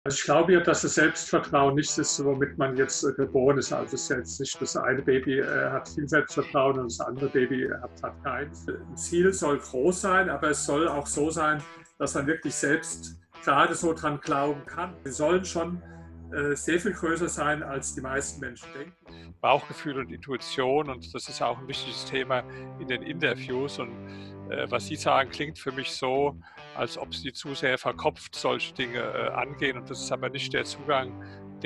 Also ich glaube ja, dass das Selbstvertrauen nichts ist, womit man jetzt geboren ist. Also es ist jetzt nicht, das eine Baby hat viel Selbstvertrauen und das andere Baby hat keins. Ein Ziel soll groß sein, aber es soll auch so sein, dass man wirklich selbst gerade so dran glauben kann. Wir sollen schon sehr viel größer sein, als die meisten Menschen denken. Bauchgefühl und Intuition, und das ist auch ein wichtiges Thema in den Interviews. Und was Sie sagen, klingt für mich so, als ob Sie zu sehr verkopft solche Dinge angehen, und das ist aber nicht der Zugang,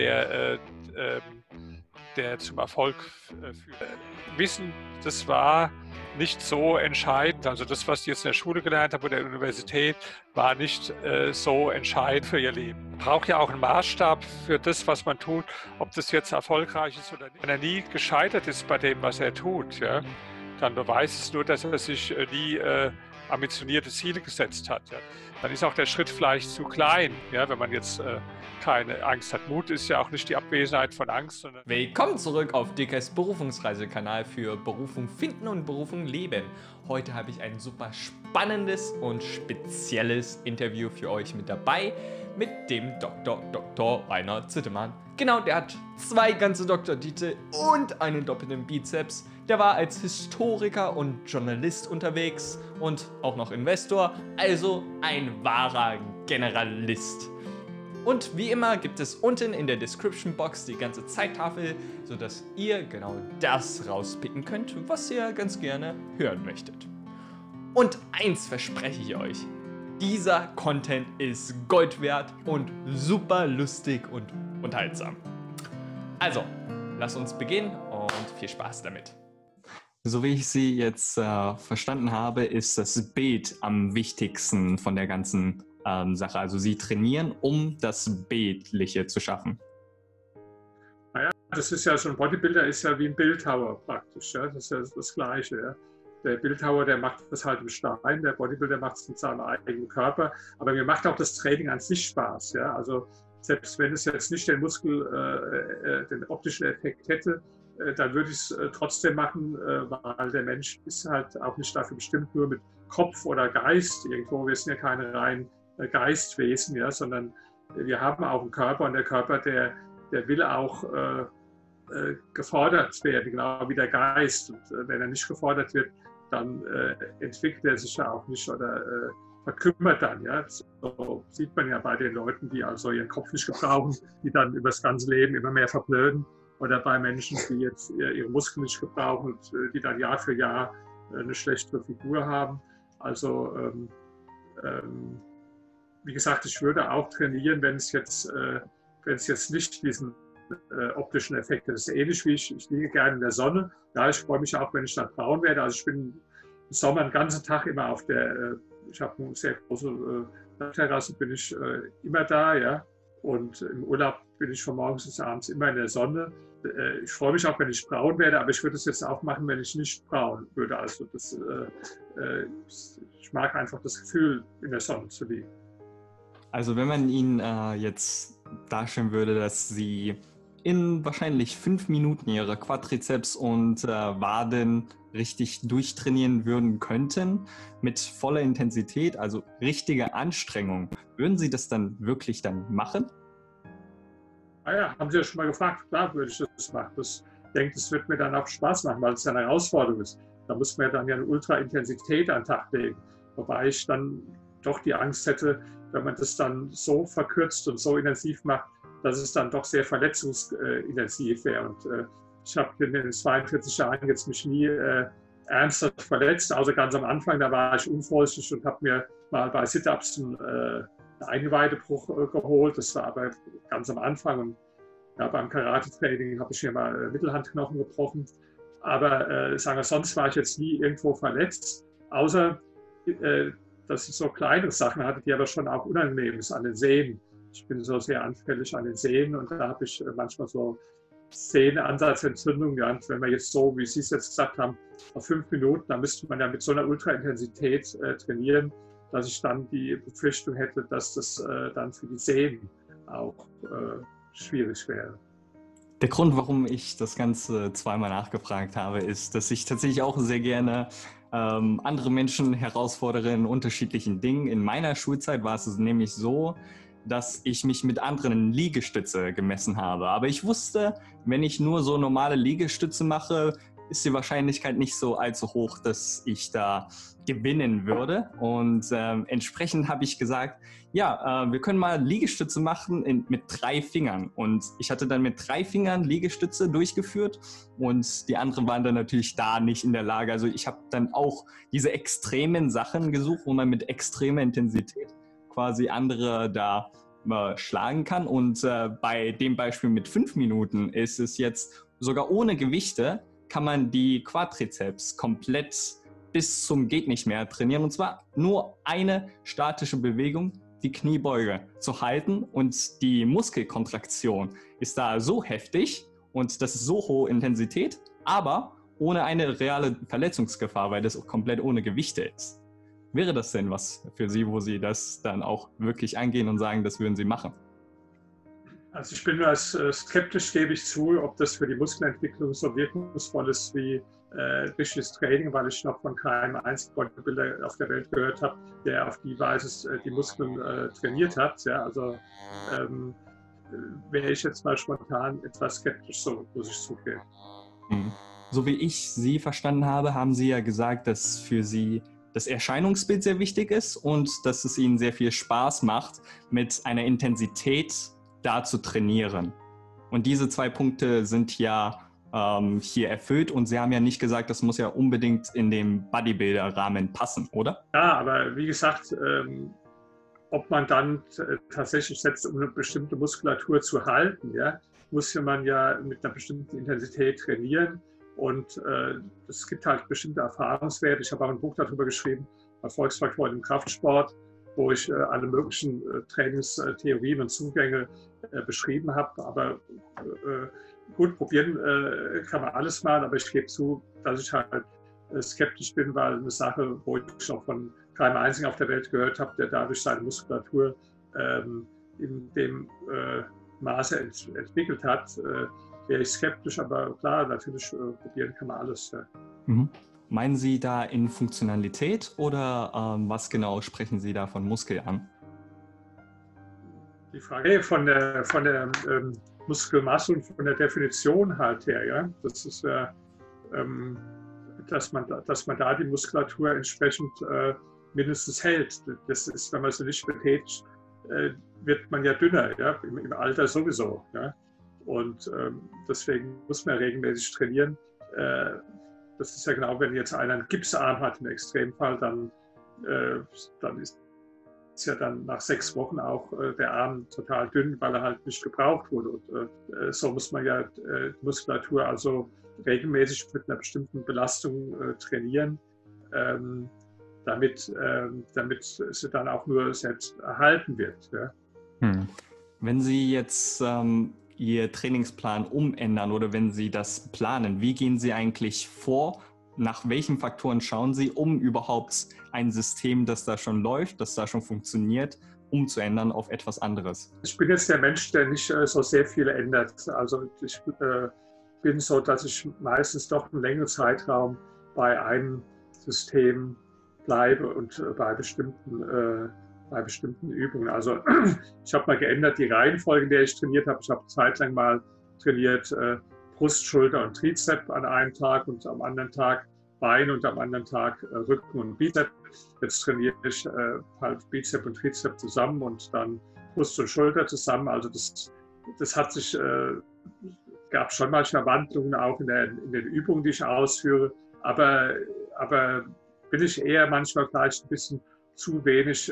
der zum Erfolg führt. Wissen, das war nicht so entscheidend. Also das, was Sie jetzt in der Schule gelernt haben oder der Universität, war nicht so entscheidend für Ihr Leben. Man braucht ja auch einen Maßstab für das, was man tut, ob das jetzt erfolgreich ist oder nicht. Wenn er nie gescheitert ist bei dem, was er tut, ja, dann beweist es nur, dass er sich nie ambitionierte Ziele gesetzt hat. Ja. Dann ist auch der Schritt vielleicht zu klein, ja, wenn man jetzt keine Angst hat. Mut ist ja auch nicht die Abwesenheit von Angst. Sondern Willkommen zurück auf Dickes Berufungsreisekanal für Berufung finden und Berufung leben. Heute habe ich ein super spannendes und spezielles Interview für euch mit dabei mit dem Dr. Rainer Zittemann. Genau, der hat 2 ganze Doktortitel und einen doppelten Bizeps. Der war als Historiker und Journalist unterwegs und auch noch Investor, also ein wahrer Generalist. Und wie immer gibt es unten in der Description Box die ganze Zeittafel, sodass ihr genau das rauspicken könnt, was ihr ganz gerne hören möchtet. Und eins verspreche ich euch: dieser Content ist Gold wert und super lustig und unterhaltsam. Also, lasst uns beginnen und viel Spaß damit. So wie ich Sie jetzt verstanden habe, ist das Bild am wichtigsten von der ganzen Sache. Also Sie trainieren, um das Bildliche zu schaffen. Naja, das ist ja so ein Bodybuilder, ist ja wie ein Bildhauer praktisch. Ja? Das ist ja das Gleiche. Ja? Der Bildhauer, der macht das halt im Stein, der Bodybuilder macht es mit seinem eigenen Körper. Aber mir macht auch das Training an sich Spaß. Ja? Also selbst wenn es jetzt nicht den den optischen Effekt hätte, dann würde ich es trotzdem machen, weil der Mensch ist halt auch nicht dafür bestimmt, nur mit Kopf oder Geist irgendwo. Wir sind ja keine rein Geistwesen, ja, sondern wir haben auch einen Körper, und der Körper, der will auch gefordert werden, genau wie der Geist. Und wenn er nicht gefordert wird, dann entwickelt er sich ja auch nicht oder verkümmert dann. Ja. So sieht man ja bei den Leuten, die also ihren Kopf nicht gebrauchen, die dann über das ganze Leben immer mehr verblöden. Oder bei Menschen, die jetzt ihre Muskeln nicht gebrauchen und die dann Jahr für Jahr eine schlechtere Figur haben. Also wie gesagt, ich würde auch trainieren, wenn es jetzt nicht diesen optischen Effekt hat. Das ist ähnlich wie ich liege gerne in der Sonne. Ja, ich freue mich auch, wenn ich dann braun werde. Also ich bin im Sommer den ganzen Tag immer auf ich habe eine sehr große Terrasse, bin ich immer da, ja. Und im Urlaub bin ich von morgens bis abends immer in der Sonne. Ich freue mich auch, wenn ich braun werde, aber ich würde es jetzt auch machen, wenn ich nicht braun würde. Also ich mag einfach das Gefühl, in der Sonne zu liegen. Also wenn man Ihnen jetzt darstellen würde, dass Sie in wahrscheinlich 5 Minuten Ihre Quadrizeps und Waden richtig durchtrainieren würden könnten, mit voller Intensität, also richtige Anstrengung, würden Sie das dann wirklich dann machen? Ja, haben Sie ja schon mal gefragt. Klar würde ich das machen. Ich denke, das wird mir dann auch Spaß machen, weil es ja eine Herausforderung ist. Da muss man ja dann ja eine Ultra-Intensität an den Tag legen. Wobei ich dann doch die Angst hätte, wenn man das dann so verkürzt und so intensiv macht, dass es dann doch sehr verletzungsintensiv wäre. Und ich habe in den 42 Jahren jetzt mich nie ernsthaft verletzt, außer ganz am Anfang, da war ich unvorsichtig und habe mir mal bei Sit-Ups einen Eingeweidebruch geholt. Das war aber ganz am Anfang. Und ja, beim Karate-Training habe ich mir mal Mittelhandknochen gebrochen. Aber sagen wir, sonst war ich jetzt nie irgendwo verletzt, außer dass ich so kleine Sachen hatte, die aber schon auch unangenehm ist an den Sehnen. Ich bin so sehr anfällig an den Sehnen, und da habe ich manchmal so Sehnenansatzentzündungen. Ja. Wenn wir jetzt so, wie Sie es jetzt gesagt haben, auf 5 Minuten, dann müsste man ja mit so einer Ultraintensität trainieren, dass ich dann die Befürchtung hätte, dass das dann für die Sehnen auch schwierig wäre. Der Grund, warum ich das Ganze zweimal nachgefragt habe, ist, dass ich tatsächlich auch sehr gerne andere Menschen herausfordere in unterschiedlichen Dingen. In meiner Schulzeit war es nämlich so, dass ich mich mit anderen Liegestütze gemessen habe. Aber ich wusste, wenn ich nur so normale Liegestütze mache, ist die Wahrscheinlichkeit nicht so allzu hoch, dass ich da gewinnen würde. Und entsprechend habe ich gesagt, ja, wir können mal Liegestütze machen mit 3 Fingern. Und ich hatte dann mit 3 Fingern Liegestütze durchgeführt und die anderen waren dann natürlich da nicht in der Lage. Also ich habe dann auch diese extremen Sachen gesucht, wo man mit extremer Intensität quasi andere da schlagen kann. Und bei dem Beispiel mit 5 Minuten ist es jetzt sogar ohne Gewichte, kann man die Quadrizeps komplett bis zum geht nicht mehr trainieren. Und zwar nur eine statische Bewegung, die Kniebeuge zu halten. Und die Muskelkontraktion ist da so heftig und das ist so hohe Intensität, aber ohne eine reale Verletzungsgefahr, weil das komplett ohne Gewichte ist. Wäre das denn was für Sie, wo Sie das dann auch wirklich angehen und sagen, das würden Sie machen? Also ich bin skeptisch, gebe ich zu, ob das für die Muskelentwicklung so wirkungsvoll ist wie richtiges Training, weil ich noch von keinem einzigen Bodybuilder auf der Welt gehört habe, der auf die Weise die Muskeln trainiert hat. Ja, also wäre ich jetzt mal spontan etwas skeptisch, so muss ich zugeben. So wie ich Sie verstanden habe, haben Sie ja gesagt, dass für Sie das Erscheinungsbild sehr wichtig ist und dass es Ihnen sehr viel Spaß macht, mit einer Intensität da zu trainieren. Und diese 2 Punkte sind ja hier erfüllt und Sie haben ja nicht gesagt, das muss ja unbedingt in dem Bodybuilder-Rahmen passen, oder? Ja, aber wie gesagt, ob man dann tatsächlich setzt, um eine bestimmte Muskulatur zu halten, ja, muss man ja mit einer bestimmten Intensität trainieren. Und es gibt halt bestimmte Erfahrungswerte. Ich habe auch ein Buch darüber geschrieben, Erfolgsfaktoren im Kraftsport, wo ich alle möglichen Trainingstheorien und Zugänge beschrieben habe. Aber gut, probieren kann man alles mal, aber ich gebe zu, dass ich halt skeptisch bin, weil eine Sache, wo ich noch von keinem einzigen auf der Welt gehört habe, der dadurch seine Muskulatur in dem Maße entwickelt hat, wäre ich skeptisch, aber klar, natürlich probieren kann man alles. Ja. Meinen Sie da in Funktionalität oder was genau sprechen Sie da von Muskel an? Die Frage von der Muskelmasse und von der Definition halt her, ja, das ist dass man da die Muskulatur entsprechend mindestens hält. Das ist, wenn man sie nicht betätigt, wird man ja dünner, ja, im Alter sowieso. Ja. Und deswegen muss man regelmäßig trainieren. Das ist ja genau, wenn jetzt einer einen Gipsarm hat im Extremfall, dann ist ja dann nach 6 Wochen auch der Arm total dünn, weil er halt nicht gebraucht wurde. Und so muss man ja die Muskulatur also regelmäßig mit einer bestimmten Belastung trainieren, damit sie dann auch nur selbst erhalten wird. Ja. Wenn Sie jetzt Ihr Trainingsplan umändern oder wenn Sie das planen, wie gehen Sie eigentlich vor? Nach welchen Faktoren schauen Sie, um überhaupt ein System, das da schon läuft, das da schon funktioniert, umzuändern auf etwas anderes? Ich bin jetzt der Mensch, der nicht so sehr viel ändert. Also ich bin so, dass ich meistens doch einen längeren Zeitraum bei einem System bleibe und bei bestimmten Übungen. Also ich habe mal geändert die Reihenfolge, in der ich trainiert habe. Ich habe zeitlang mal trainiert Brust, Schulter und Trizep an einem Tag und am anderen Tag Bein und am anderen Tag Rücken und Bizep. Jetzt trainiere ich halt Bizep und Trizep zusammen und dann Brust und Schulter zusammen. Also das hat sich, gab schon manchmal Wandlungen auch in den Übungen, die ich ausführe. Aber bin ich eher manchmal vielleicht ein bisschen zu wenig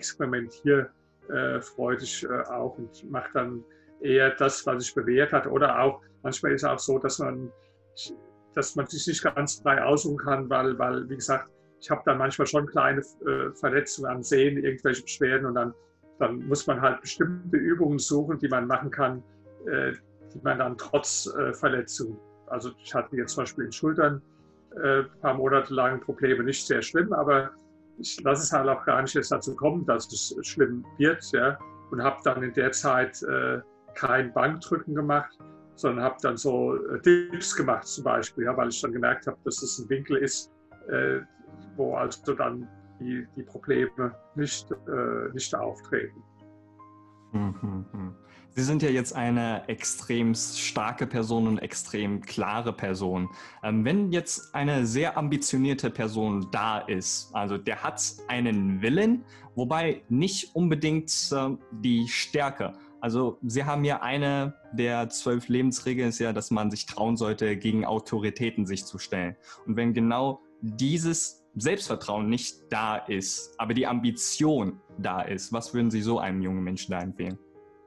experimentierfreudig auch und mache dann eher das, was sich bewährt hat. Oder auch, manchmal ist es auch so, dass man sich nicht ganz frei aussuchen kann, weil wie gesagt, ich habe dann manchmal schon kleine Verletzungen am Sehen, irgendwelche Beschwerden und dann muss man halt bestimmte Übungen suchen, die man machen kann, die man dann trotz Verletzungen, also ich hatte jetzt zum Beispiel in Schultern ein paar Monate lang Probleme, nicht sehr schlimm, aber ich lasse es halt auch gar nicht jetzt dazu kommen, dass es schlimm wird, ja, und habe dann in der Zeit kein Bankdrücken gemacht, sondern habe dann so Dips gemacht zum Beispiel, ja, weil ich dann gemerkt habe, dass es ein Winkel ist, wo also dann die Probleme nicht auftreten. Sie sind ja jetzt eine extrem starke Person und extrem klare Person. Wenn jetzt eine sehr ambitionierte Person da ist, also der hat einen Willen, wobei nicht unbedingt die Stärke. Also Sie haben ja eine der 12 Lebensregeln ist ja, dass man sich trauen sollte, gegen Autoritäten sich zu stellen. Und wenn genau dieses Selbstvertrauen nicht da ist, aber die Ambition da ist, was würden Sie so einem jungen Menschen da empfehlen?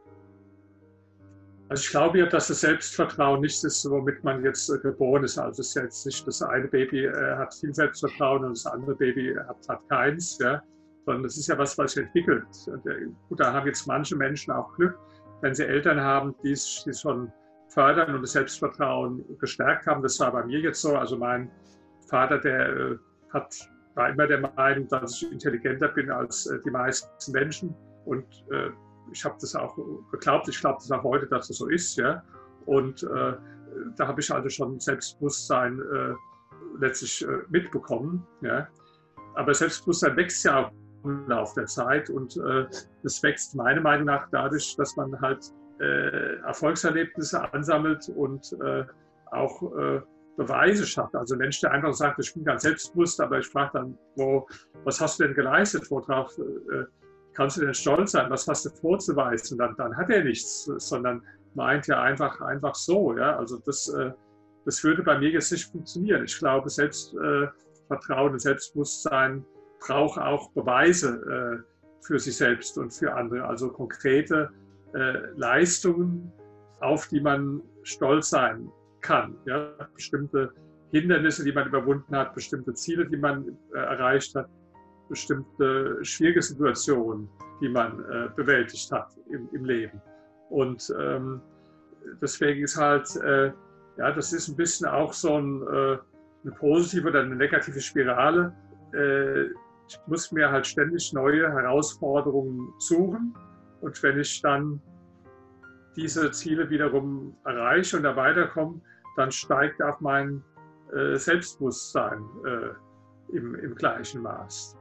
Also ich glaube ja, dass das Selbstvertrauen nichts ist, womit man jetzt geboren ist. Also es ist ja jetzt nicht, das eine Baby hat viel Selbstvertrauen und das andere Baby hat keins, ja? Sondern das ist ja was sich entwickelt. Und, gut, da haben jetzt manche Menschen auch Glück, wenn sie Eltern haben, die es schon fördern und das Selbstvertrauen gestärkt haben. Das war bei mir jetzt so. Also mein Vater, der war immer der Meinung, dass ich intelligenter bin als die meisten Menschen. Und ich habe das auch geglaubt, ich glaube das auch heute, dass das so ist. Ja? Und da habe ich also schon Selbstbewusstsein letztlich mitbekommen. Ja? Aber Selbstbewusstsein wächst ja auch im Laufe der Zeit und das wächst meiner Meinung nach dadurch, dass man halt Erfolgserlebnisse ansammelt und auch Beweise schafft. Also ein Mensch, der einfach sagt, ich bin ganz selbstbewusst, aber ich frage dann, was hast du denn geleistet, worauf kannst du denn stolz sein, was hast du vorzuweisen? Und dann hat er nichts, sondern meint ja einfach so. Ja? Also das würde bei mir jetzt nicht funktionieren. Ich glaube, Selbstvertrauen und Selbstbewusstsein braucht auch Beweise für sich selbst und für andere. Also konkrete Leistungen, auf die man stolz sein kann. Ja? Bestimmte Hindernisse, die man überwunden hat, bestimmte Ziele, die man erreicht hat, bestimmte schwierige Situationen, die man bewältigt hat im Leben. Und deswegen ist halt, das ist ein bisschen auch so eine positive oder eine negative Spirale. Ich muss mir halt ständig neue Herausforderungen suchen. Und wenn ich dann diese Ziele wiederum erreiche und da weiterkomme, dann steigt auch mein Selbstbewusstsein im gleichen Maß.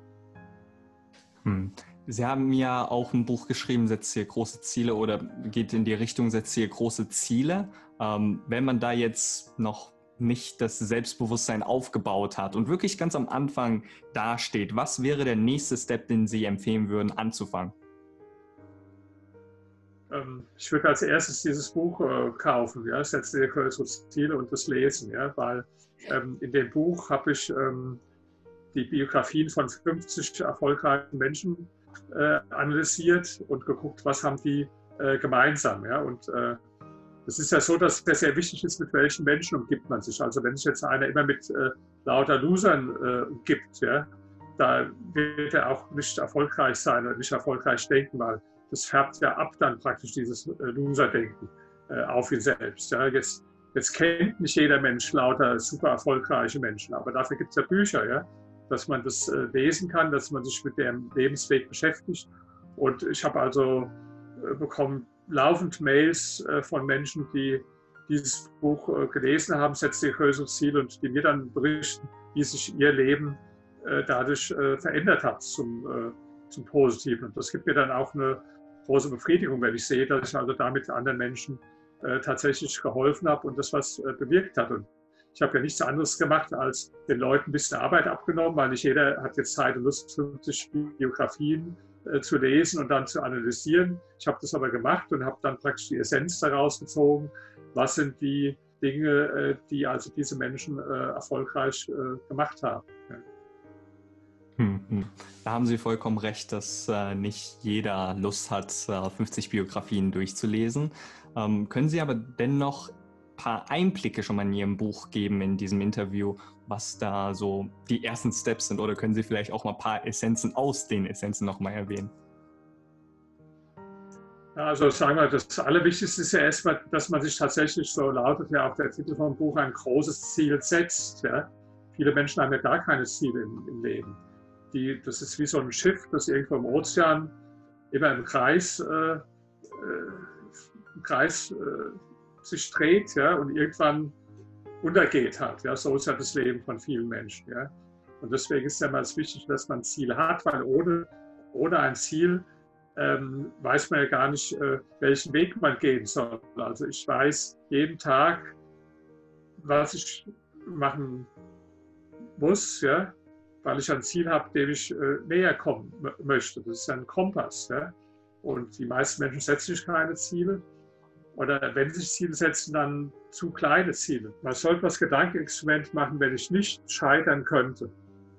Sie haben ja auch ein Buch geschrieben, setzt hier große Ziele oder geht in die Richtung, setzt hier große Ziele. Wenn man da jetzt noch nicht das Selbstbewusstsein aufgebaut hat und wirklich ganz am Anfang dasteht, was wäre der nächste Step, den Sie empfehlen würden, anzufangen? Ich würde als erstes dieses Buch kaufen, ja, setze dir größere Ziele und das lesen, ja, weil in dem Buch habe ich die Biografien von 50 erfolgreichen Menschen analysiert und geguckt, was haben die gemeinsam. Ja? Und es ist ja so, dass es sehr wichtig ist, mit welchen Menschen umgibt man sich. Also wenn sich jetzt einer immer mit lauter Losern umgibt, ja, da wird er auch nicht erfolgreich sein oder nicht erfolgreich denken, weil das färbt ja ab dann praktisch dieses Loser-Denken auf ihn selbst. Ja? Jetzt kennt nicht jeder Mensch lauter super erfolgreiche Menschen, aber dafür gibt es ja Bücher, ja? Dass man das lesen kann, dass man sich mit dem Lebensweg beschäftigt. Und ich habe also bekommen laufend Mails von Menschen, die dieses Buch gelesen haben, setzt ihr größere Ziele und die mir dann berichten, wie sich ihr Leben dadurch verändert hat zum Positiven. Und das gibt mir dann auch eine große Befriedigung, wenn ich sehe, dass ich also damit anderen Menschen tatsächlich geholfen habe und das was bewirkt hat. Und ich habe ja nichts anderes gemacht, als den Leuten ein bisschen Arbeit abgenommen, weil nicht jeder hat jetzt Zeit und Lust, 50 Biografien zu lesen und dann zu analysieren. Ich habe das aber gemacht und habe dann praktisch die Essenz daraus gezogen. Was sind die Dinge, die also diese Menschen erfolgreich gemacht haben? Ja. Da haben Sie vollkommen recht, dass nicht jeder Lust hat, 50 Biografien durchzulesen. Können Sie aber dennoch paar Einblicke schon mal in Ihrem Buch geben in diesem Interview, was da so die ersten Steps sind, oder können Sie vielleicht auch mal ein paar Essenzen aus den Essenzen nochmal erwähnen? Also sagen wir, das Allerwichtigste ist ja erstmal, dass man sich tatsächlich, so lautet ja auch der Titel vom Buch, ein großes Ziel setzt. Ja? Viele Menschen haben ja gar keine Ziele im Leben. Das ist wie so ein Schiff, das irgendwo im Ozean immer im Kreis sich dreht, ja, und irgendwann untergeht hat. Ja. So ist ja das Leben von vielen Menschen. Ja. Und deswegen ist ja mal wichtig, dass man ein Ziel hat, weil ohne ein Ziel weiß man ja gar nicht, welchen Weg man gehen soll. Also ich weiß jeden Tag, was ich machen muss, ja, weil ich ein Ziel habe, dem ich näher kommen möchte. Das ist ein Kompass. Ja. Und die meisten Menschen setzen sich keine Ziele. Oder wenn sie sich Ziele setzen, dann zu kleine Ziele. Man sollte das Gedankenexperiment machen, wenn ich nicht scheitern könnte.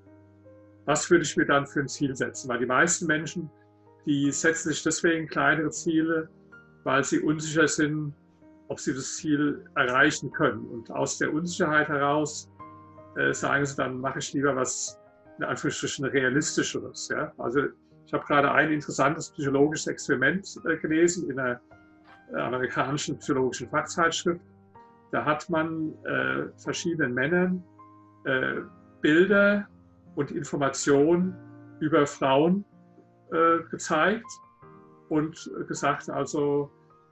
Was würde ich mir dann für ein Ziel setzen? Weil die meisten Menschen, die setzen sich deswegen kleinere Ziele, weil sie unsicher sind, ob sie das Ziel erreichen können. Und aus der Unsicherheit heraus sagen sie, dann mache ich lieber was, in Anführungsstrichen, realistischeres. Ja? Also ich habe gerade ein interessantes psychologisches Experiment gelesen in einer amerikanischen psychologischen Fachzeitschrift. Da hat man verschiedenen Männern Bilder und Informationen über Frauen gezeigt und gesagt, also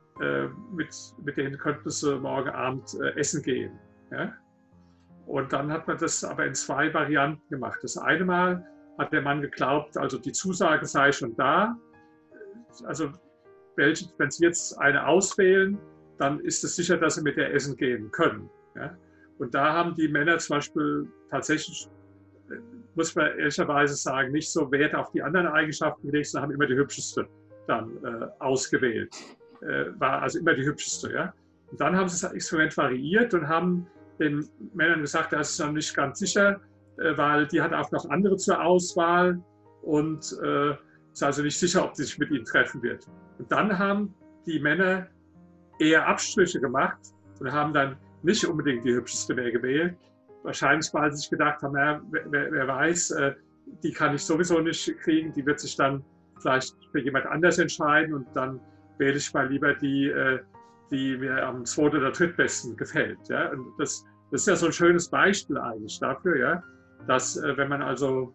mit denen könnten sie morgen Abend essen gehen. Ja? Und dann hat man das aber in 2 Varianten gemacht. Das eine Mal hat der Mann geglaubt, also die Zusage sei schon da. Also wenn Sie jetzt eine auswählen, dann ist es sicher, dass Sie mit der essen gehen können. Ja? Und da haben die Männer zum Beispiel tatsächlich, muss man ehrlicherweise sagen, nicht so Wert auf die anderen Eigenschaften gelegt, sondern haben immer die hübscheste dann ausgewählt. War also immer die hübscheste. Ja? Und dann haben sie das Experiment variiert und haben den Männern gesagt, das ist noch nicht ganz sicher, weil die hat auch noch andere zur Auswahl und ist also nicht sicher, ob sie sich mit ihnen treffen wird. Und dann haben die Männer eher Abstriche gemacht und haben dann nicht unbedingt die hübscheste mehr gewählt. Wahrscheinlich, weil sie sich gedacht haben, naja, wer weiß, die kann ich sowieso nicht kriegen, die wird sich dann vielleicht für jemand anders entscheiden und dann wähle ich mal lieber die, die mir am 2. oder 3. besten gefällt. Ja? Und das ist ja so ein schönes Beispiel eigentlich dafür, ja? Dass wenn man also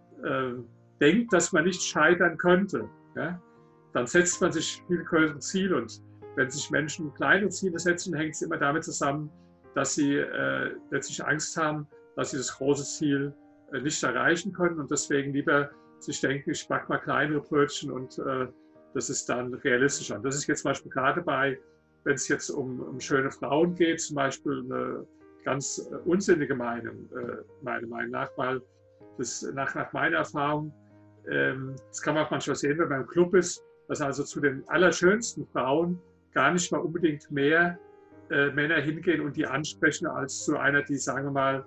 denkt, dass man nicht scheitern könnte, ja? Dann setzt man sich viel größere Ziele. Und wenn sich Menschen kleine Ziele setzen, hängt es immer damit zusammen, dass sie letztlich Angst haben, dass sie das große Ziel nicht erreichen können und deswegen lieber sich denken, ich backe mal kleinere Brötchen und das ist dann realistischer. Und das ist jetzt zum Beispiel gerade wenn es jetzt um schöne Frauen geht, zum Beispiel eine ganz unsinnige Meinung, meiner Meinung nach, weil das nach meiner Erfahrung, das kann man auch manchmal sehen, wenn man im Club ist, dass also zu den allerschönsten Frauen gar nicht mal unbedingt mehr Männer hingehen und die ansprechen, als zu einer, die, sagen wir mal,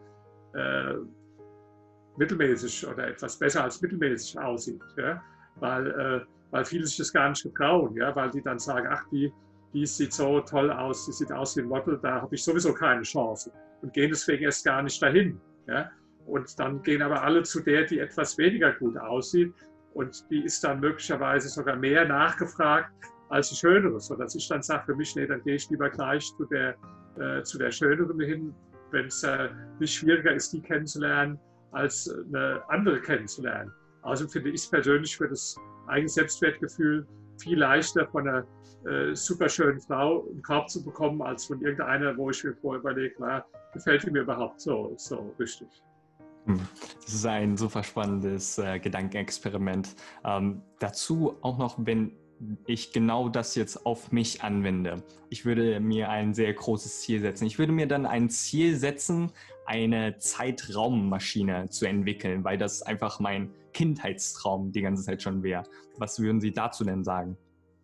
mittelmäßig oder etwas besser als mittelmäßig aussieht. Ja? Weil viele sich das gar nicht getrauen, ja? Weil die dann sagen, ach, die sieht so toll aus, die sieht aus wie ein Model, da habe ich sowieso keine Chance und gehen deswegen erst gar nicht dahin. Ja? Und dann gehen aber alle zu der, die etwas weniger gut aussieht und die ist dann möglicherweise sogar mehr nachgefragt als die Schönere, sodass ich dann sage für mich, nee, dann gehe ich lieber gleich zu der Schöneren hin, wenn es nicht schwieriger ist, die kennenzulernen, als eine andere kennenzulernen. Außerdem finde ich es persönlich für das eigene Selbstwertgefühl viel leichter, von einer super schönen Frau einen Korb zu bekommen, als von irgendeiner, wo ich mir vorher überlege, naja, gefällt die mir überhaupt so richtig. Das ist ein super spannendes Gedankenexperiment. Dazu auch noch, wenn ich genau das jetzt auf mich anwende. Ich würde mir ein sehr großes Ziel setzen. Ich würde mir dann ein Ziel setzen, eine Zeitraummaschine zu entwickeln, weil das einfach mein Kindheitstraum die ganze Zeit schon wäre. Was würden Sie dazu denn sagen?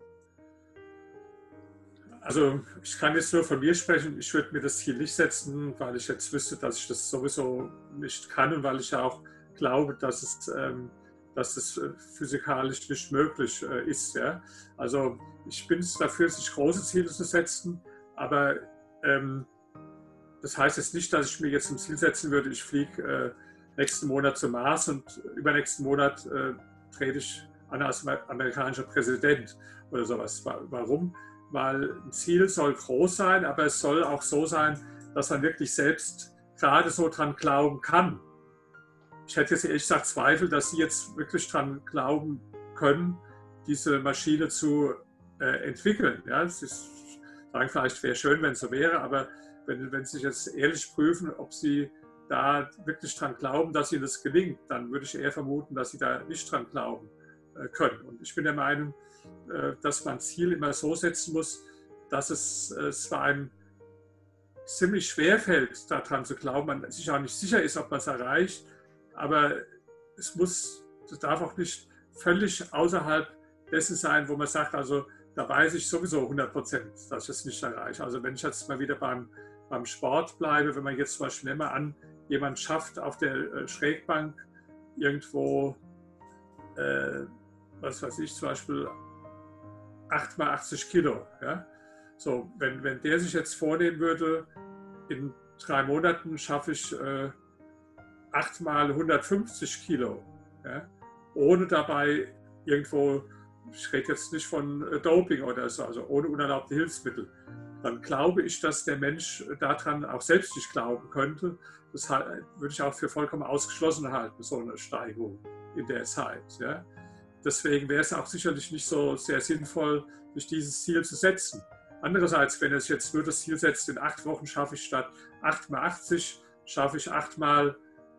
Also ich kann jetzt nur von mir sprechen. Ich würde mir das Ziel nicht setzen, weil ich jetzt wüsste, dass ich das sowieso nicht kann und weil ich auch glaube, dass es physikalisch nicht möglich ist. Ja? Also ich bin dafür, sich große Ziele zu setzen, aber das heißt jetzt nicht, dass ich mir jetzt ein Ziel setzen würde, ich fliege nächsten Monat zum Mars und übernächsten Monat trete ich an als amerikanischer Präsident oder sowas. Warum? Weil ein Ziel soll groß sein, aber es soll auch so sein, dass man wirklich selbst gerade so dran glauben kann. Ich hätte jetzt ehrlich gesagt Zweifel, dass Sie jetzt wirklich dran glauben können, diese Maschine zu entwickeln. Ja, Sie sagen vielleicht, wäre schön, wenn es so wäre, aber wenn Sie sich jetzt ehrlich prüfen, ob Sie da wirklich dran glauben, dass Ihnen das gelingt, dann würde ich eher vermuten, dass Sie da nicht dran glauben, können. Und ich bin der Meinung, dass man Ziel immer so setzen muss, dass es zwar einem ziemlich schwer fällt, daran zu glauben, man sich auch nicht sicher ist, ob man es erreicht, aber es darf auch nicht völlig außerhalb dessen sein, wo man sagt, also da weiß ich sowieso 100%, dass ich es nicht erreiche. Also wenn ich jetzt mal wieder beim Sport bleibe, wenn man jetzt zum Beispiel, nehmen wir an, jemand schafft auf der Schrägbank irgendwo, was weiß ich, zum Beispiel 8 mal 80 Kilo. Ja? So, wenn der sich jetzt vornehmen würde, in 3 Monaten schaffe ich 8 mal 150 Kilo, ja? Ohne dabei irgendwo, ich rede jetzt nicht von Doping oder so, also ohne unerlaubte Hilfsmittel, dann glaube ich, dass der Mensch daran auch selbst nicht glauben könnte. Das würde ich auch für vollkommen ausgeschlossen halten, so eine Steigerung in der Zeit. Ja? Deswegen wäre es auch sicherlich nicht so sehr sinnvoll, sich dieses Ziel zu setzen. Andererseits, wenn er sich jetzt nur das Ziel setzt, in 8 Wochen schaffe ich statt 8 mal 80, schaffe ich 8 mal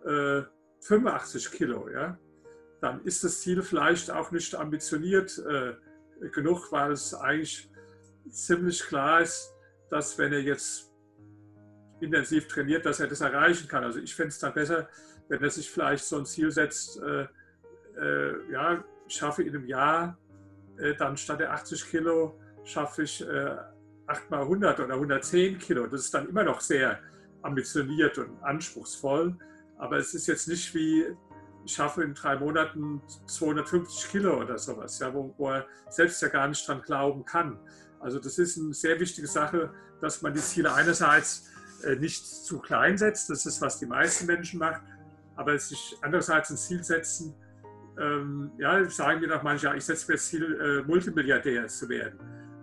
85 Kilo, ja? Dann ist das Ziel vielleicht auch nicht ambitioniert genug, weil es eigentlich ziemlich klar ist, dass wenn er jetzt intensiv trainiert, dass er das erreichen kann. Also ich fände es dann besser, wenn er sich vielleicht so ein Ziel setzt, ja, ich schaffe in einem Jahr dann statt der 80 Kilo schaffe ich 8 mal 100 oder 110 Kilo. Das ist dann immer noch sehr ambitioniert und anspruchsvoll. Aber es ist jetzt nicht wie, ich schaffe in 3 Monaten 250 Kilo oder sowas, ja, wo er selbst ja gar nicht dran glauben kann. Also das ist eine sehr wichtige Sache, dass man die Ziele einerseits nicht zu klein setzt, das ist, was die meisten Menschen machen, aber sich andererseits ein Ziel setzen, ja, sagen mir doch manche, ja, ich setze mir das Ziel, Multimilliardär zu werden.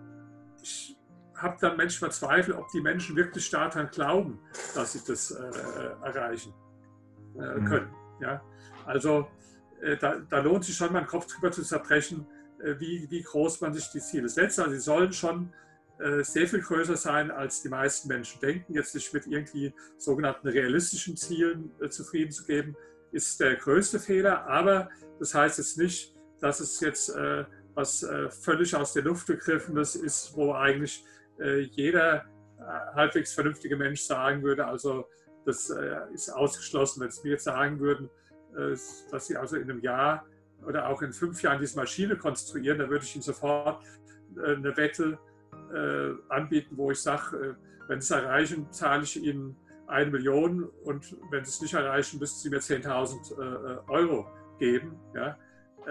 Ich habe dann manchmal Zweifel, ob die Menschen wirklich daran glauben, dass sie das erreichen können. Ja? Also da lohnt sich schon mal den Kopf drüber zu zerbrechen, wie groß man sich die Ziele setzt. Also sie sollen schon sehr viel größer sein, als die meisten Menschen denken. Jetzt sich mit irgendwie sogenannten realistischen Zielen zufrieden zu geben, ist der größte Fehler. Aber das heißt jetzt nicht, dass es jetzt was völlig aus der Luft gegriffenes ist, wo eigentlich jeder halbwegs vernünftige Mensch sagen würde, also das ist ausgeschlossen. Wenn Sie mir jetzt sagen würden, dass Sie also in einem Jahr oder auch in 5 Jahren diese Maschine konstruieren, dann würde ich Ihnen sofort eine Wette anbieten, wo ich sage, wenn Sie es erreichen, zahle ich Ihnen 1 Million und wenn Sie es nicht erreichen, müssen Sie mir 10.000 Euro geben. Ja?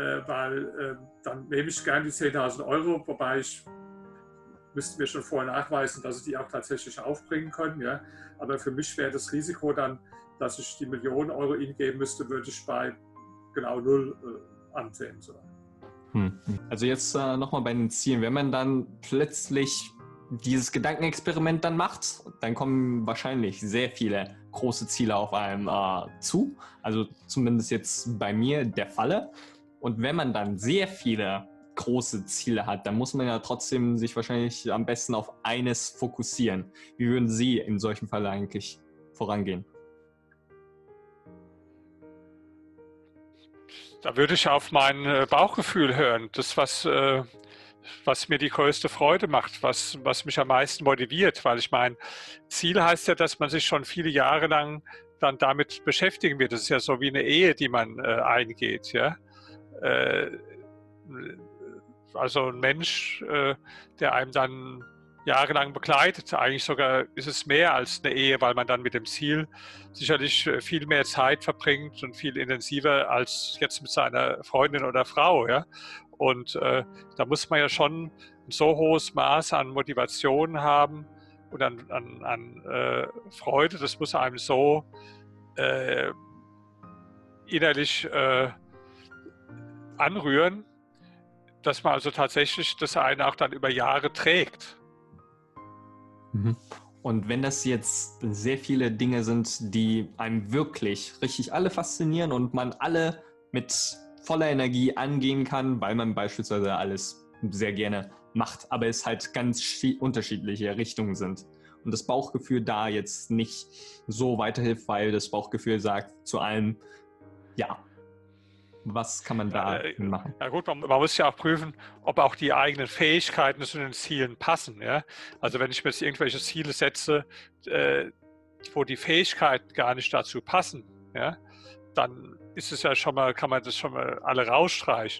Weil dann nehme ich gerne die 10.000 Euro, wobei ich müsste mir schon vorher nachweisen, dass Sie die auch tatsächlich aufbringen können. Ja? Aber für mich wäre das Risiko dann, dass ich die Millionen Euro Ihnen geben müsste, würde ich bei genau 0 ansehen. So. Also jetzt nochmal bei den Zielen. Wenn man dann plötzlich dieses Gedankenexperiment dann macht, dann kommen wahrscheinlich sehr viele große Ziele auf einem zu. Also zumindest jetzt bei mir der Falle. Und wenn man dann sehr viele große Ziele hat, dann muss man ja trotzdem sich wahrscheinlich am besten auf eines fokussieren. Wie würden Sie in solchen Fällen eigentlich vorangehen? Da würde ich auf mein Bauchgefühl hören. Das, was mir die größte Freude macht, was mich am meisten motiviert. Weil ich meine, Ziel heißt ja, dass man sich schon viele Jahre lang dann damit beschäftigen wird. Das ist ja so wie eine Ehe, die man eingeht. Ja? Also ein Mensch, der einem dann jahrelang begleitet. Eigentlich sogar ist es mehr als eine Ehe, weil man dann mit dem Ziel sicherlich viel mehr Zeit verbringt und viel intensiver als jetzt mit seiner Freundin oder Frau. Ja? Und da muss man ja schon ein so hohes Maß an Motivation haben und an Freude. Das muss einem so innerlich anrühren, dass man also tatsächlich das einen auch dann über Jahre trägt. Und wenn das jetzt sehr viele Dinge sind, die einem wirklich richtig alle faszinieren und man alle mit voller Energie angehen kann, weil man beispielsweise alles sehr gerne macht, aber es halt ganz unterschiedliche Richtungen sind. Und das Bauchgefühl da jetzt nicht so weiterhilft, weil das Bauchgefühl sagt zu allem, ja, Was kann man da machen? Ja gut, man muss ja auch prüfen, ob auch die eigenen Fähigkeiten zu den Zielen passen. Ja? Also wenn ich mir jetzt irgendwelche Ziele setze, wo die Fähigkeiten gar nicht dazu passen, ja, dann ist es ja schon mal, kann man das schon mal alle rausstreichen.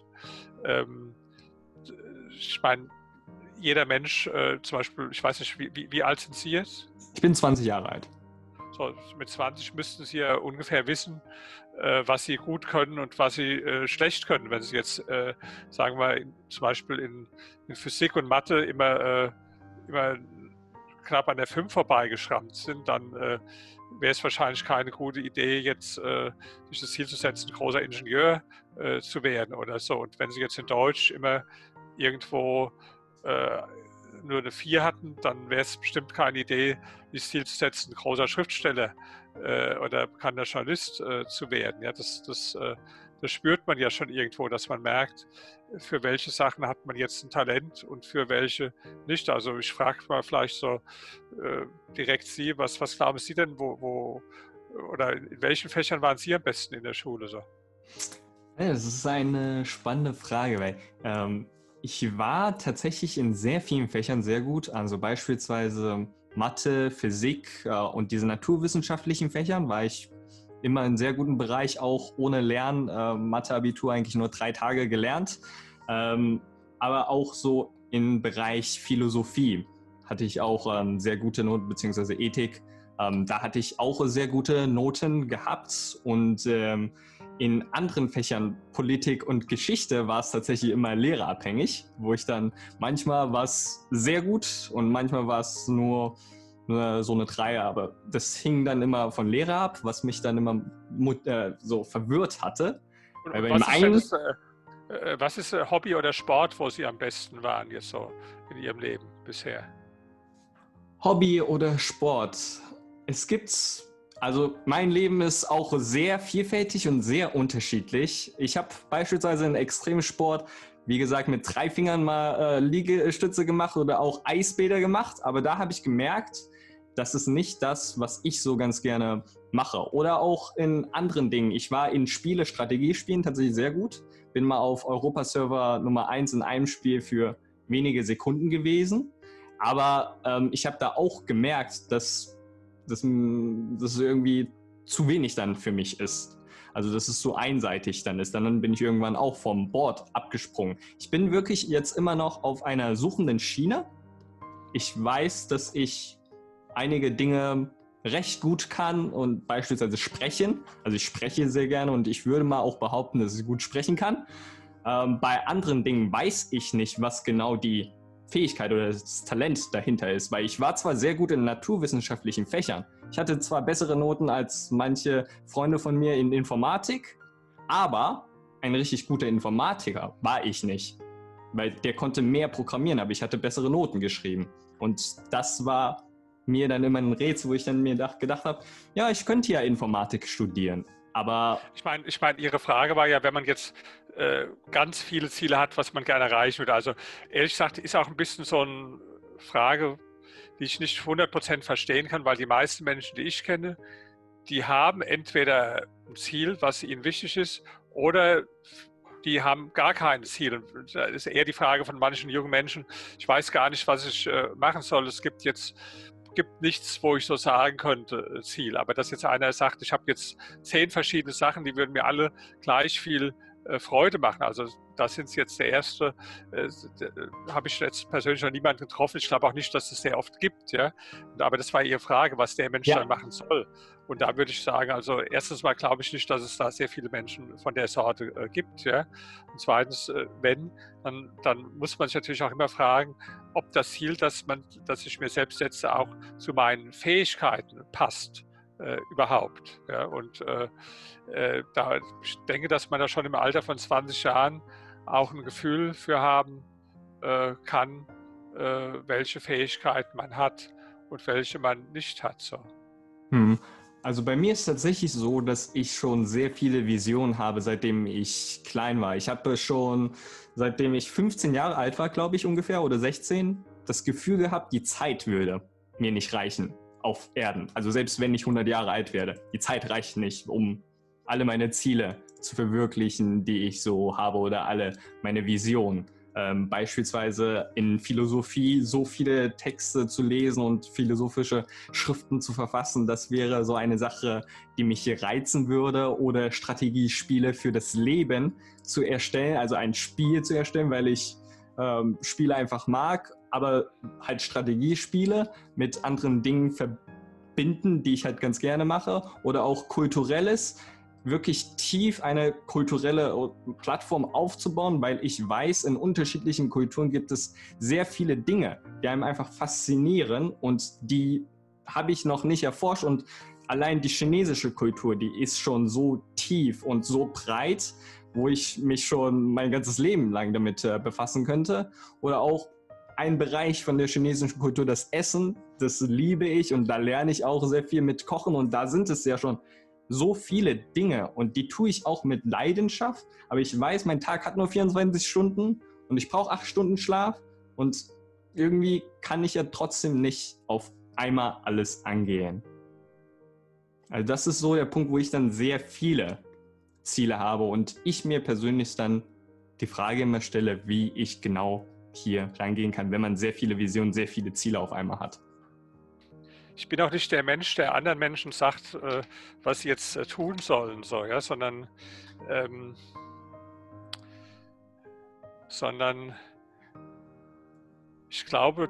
Ich meine, jeder Mensch, zum Beispiel, ich weiß nicht, wie alt sind Sie jetzt? Ich bin 20 Jahre alt. So, mit 20 müssten Sie ja ungefähr wissen, was Sie gut können und was Sie schlecht können. Wenn Sie jetzt, sagen wir, zum Beispiel in Physik und Mathe immer knapp an der 5 vorbeigeschrammt sind, dann wäre es wahrscheinlich keine gute Idee, jetzt sich das Ziel zu setzen, großer Ingenieur zu werden oder so. Und wenn Sie jetzt in Deutsch immer irgendwo nur eine 4 hatten, dann wäre es bestimmt keine Idee, das Ziel zu setzen, großer Schriftsteller oder bekannter Journalist zu werden. Ja, das spürt man ja schon irgendwo, dass man merkt, für welche Sachen hat man jetzt ein Talent und für welche nicht. Also ich frage mal vielleicht so direkt Sie, was glauben Sie denn, wo oder in welchen Fächern waren Sie am besten in der Schule so? Ja, das ist eine spannende Frage, weil ich war tatsächlich in sehr vielen Fächern sehr gut, also beispielsweise Mathe, Physik und diese naturwissenschaftlichen Fächern war ich immer in sehr guten Bereich, auch ohne Lernen, Mathe-Abitur eigentlich nur 3 Tage gelernt, aber auch so im Bereich Philosophie hatte ich auch sehr gute Noten, beziehungsweise Ethik, da hatte ich auch sehr gute Noten gehabt und in anderen Fächern, Politik und Geschichte, war es tatsächlich immer lehrerabhängig, wo ich dann manchmal war es sehr gut und manchmal war es nur so eine 3, aber das hing dann immer von Lehrer ab, was mich dann immer so verwirrt hatte. Und was ist Hobby oder Sport, wo Sie am besten waren jetzt so in Ihrem Leben bisher? Hobby oder Sport? Also mein Leben ist auch sehr vielfältig und sehr unterschiedlich. Ich habe beispielsweise einen Extremsport, wie gesagt, mit 3 Fingern mal Liegestütze gemacht oder auch Eisbäder gemacht. Aber da habe ich gemerkt, das ist nicht das, was ich so ganz gerne mache. Oder auch in anderen Dingen. Ich war in Strategiespielen tatsächlich sehr gut. Bin mal auf Europa-Server Nummer 1 in einem Spiel für wenige Sekunden gewesen. Aber ich habe da auch gemerkt, dass das irgendwie zu wenig dann für mich ist. Also dass es so einseitig dann ist. Dann bin ich irgendwann auch vom Board abgesprungen. Ich bin wirklich jetzt immer noch auf einer suchenden Schiene. Ich weiß, dass ich einige Dinge recht gut kann und beispielsweise sprechen. Also ich spreche sehr gerne und ich würde mal auch behaupten, dass ich gut sprechen kann. Bei anderen Dingen weiß ich nicht, was genau die Fähigkeit oder das Talent dahinter ist, weil ich war zwar sehr gut in naturwissenschaftlichen Fächern. Ich hatte zwar bessere Noten als manche Freunde von mir in Informatik, aber ein richtig guter Informatiker war ich nicht, weil der konnte mehr programmieren, aber ich hatte bessere Noten geschrieben. Und das war mir dann immer ein Rätsel, wo ich dann mir gedacht habe, ja, ich könnte ja Informatik studieren, aber... Ich meine, Ihre Frage war ja, wenn man jetzt ganz viele Ziele hat, was man gerne erreichen würde. Also ehrlich gesagt ist auch ein bisschen so eine Frage, die ich nicht 100% verstehen kann, weil die meisten Menschen, die ich kenne, die haben entweder ein Ziel, was ihnen wichtig ist, oder die haben gar kein Ziel. Und da ist eher die Frage von manchen jungen Menschen, ich weiß gar nicht, was ich machen soll. Es gibt nichts, wo ich so sagen könnte, Ziel. Aber dass jetzt einer sagt, ich habe jetzt 10 verschiedene Sachen, die würden mir alle gleich viel Freude machen. Also das sind jetzt der erste, habe ich jetzt persönlich noch niemanden getroffen. Ich glaube auch nicht, dass es sehr oft gibt. Ja? Aber das war Ihre Frage, was der Mensch dann machen soll. Und da würde ich sagen, also erstens mal glaube ich nicht, dass es da sehr viele Menschen von der Sorte gibt. Ja? Und zweitens, wenn, dann muss man sich natürlich auch immer fragen, ob das Ziel, das ich mir selbst setze, auch zu meinen Fähigkeiten passt. Überhaupt. Ja? Und ich denke, dass man da schon im Alter von 20 Jahren auch ein Gefühl für haben kann, welche Fähigkeiten man hat und welche man nicht hat. So. Also bei mir ist es tatsächlich so, dass ich schon sehr viele Visionen habe, seitdem ich klein war. Ich habe schon, seitdem ich 15 Jahre alt war, glaube ich ungefähr, oder 16, das Gefühl gehabt, die Zeit würde mir nicht reichen auf Erden. Also selbst wenn ich 100 Jahre alt werde, die Zeit reicht nicht, um alle meine Ziele zu verwirklichen, die ich so habe oder alle meine Visionen. Beispielsweise in Philosophie so viele Texte zu lesen und philosophische Schriften zu verfassen, das wäre so eine Sache, die mich hier reizen würde. Oder Strategiespiele für das Leben zu erstellen, also ein Spiel zu erstellen, weil ich Spiele einfach mag, aber halt Strategiespiele mit anderen Dingen verbinden, die ich halt ganz gerne mache. Oder auch Kulturelles, wirklich tief eine kulturelle Plattform aufzubauen, weil ich weiß, in unterschiedlichen Kulturen gibt es sehr viele Dinge, die einem einfach faszinieren und die habe ich noch nicht erforscht. Und allein die chinesische Kultur, die ist schon so tief und so breit, wo ich mich schon mein ganzes Leben lang damit befassen könnte. Oder auch ein Bereich von der chinesischen Kultur, das Essen, das liebe ich und da lerne ich auch sehr viel mit Kochen und da sind es ja schon so viele Dinge und die tue ich auch mit Leidenschaft, aber ich weiß, mein Tag hat nur 24 Stunden und ich brauche 8 Stunden Schlaf und irgendwie kann ich ja trotzdem nicht auf einmal alles angehen. Also das ist so der Punkt, wo ich dann sehr viele Ziele habe und ich mir persönlich dann die Frage immer stelle, wie ich genau hier reingehen kann, wenn man sehr viele Visionen, sehr viele Ziele auf einmal hat. Ich bin auch nicht der Mensch, der anderen Menschen sagt, was sie jetzt tun sollen, so, ja, sondern ich glaube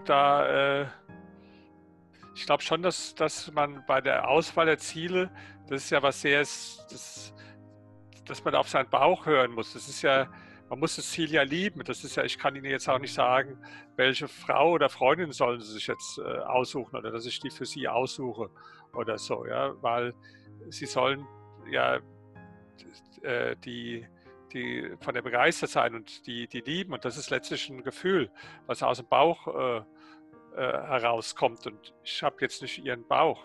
schon, dass man bei der Auswahl der Ziele, das ist ja was sehr, dass man auf seinen Bauch hören muss. Das ist ja, man muss das Ziel ja lieben. Das ist ja, ich kann Ihnen jetzt auch nicht sagen, welche Frau oder Freundin sollen Sie sich jetzt aussuchen oder dass ich die für Sie aussuche oder so, ja, weil Sie sollen ja die von der begeistert sein und die lieben und das ist letztlich ein Gefühl, was aus dem Bauch herauskommt und ich habe jetzt nicht Ihren Bauch.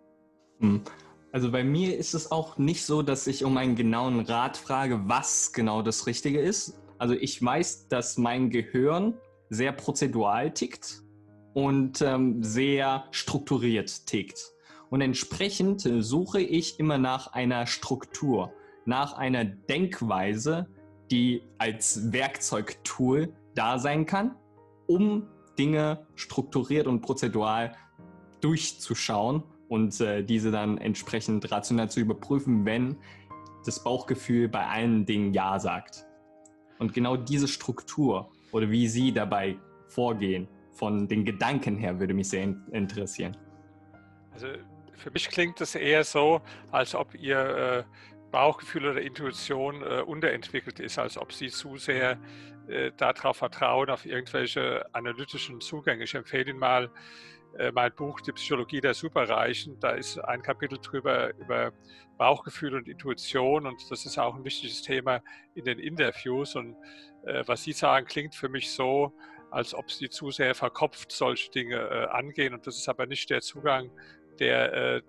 Also bei mir ist es auch nicht so, dass ich um einen genauen Rat frage, was genau das Richtige ist. Also ich weiß, dass mein Gehirn sehr prozedural tickt und sehr strukturiert tickt. Und entsprechend suche ich immer nach einer Struktur, nach einer Denkweise, die als Werkzeugtool da sein kann, um Dinge strukturiert und prozedural durchzuschauen und diese dann entsprechend rational zu überprüfen, wenn das Bauchgefühl bei allen Dingen Ja sagt. Und genau diese Struktur oder wie Sie dabei vorgehen, von den Gedanken her, würde mich sehr interessieren. Also für mich klingt es eher so, als ob Ihr Bauchgefühl oder Intuition unterentwickelt ist, als ob Sie zu sehr darauf vertrauen, auf irgendwelche analytischen Zugänge. Ich empfehle Ihnen mal mein Buch Die Psychologie der Superreichen. Da ist ein Kapitel drüber über Bauchgefühl und Intuition und das ist auch ein wichtiges Thema in den Interviews. Und was Sie sagen, klingt für mich so, als ob Sie zu sehr verkopft solche Dinge angehen. Und das ist aber nicht der Zugang, der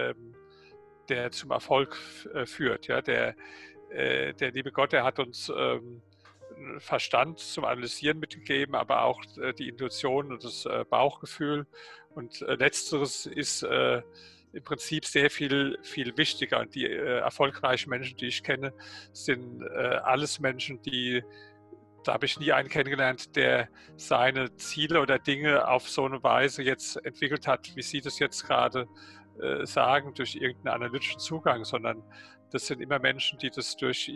zum Erfolg führt. Ja? Der liebe Gott, der hat uns Verstand zum Analysieren mitgegeben, aber auch die Intuition und das Bauchgefühl. Und letzteres ist im Prinzip sehr viel wichtiger. Und die erfolgreichen Menschen, die ich kenne, sind alles Menschen, da habe ich nie einen kennengelernt, der seine Ziele oder Dinge auf so eine Weise jetzt entwickelt hat, wie Sie das jetzt gerade sagen, durch irgendeinen analytischen Zugang, sondern das sind immer Menschen, die das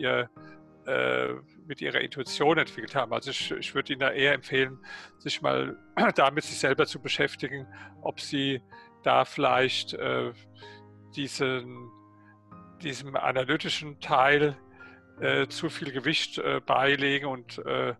mit ihrer Intuition entwickelt haben. Also ich würde Ihnen da eher empfehlen, sich mal damit sich selber zu beschäftigen, ob Sie da vielleicht diesem analytischen Teil zu viel Gewicht beilegen und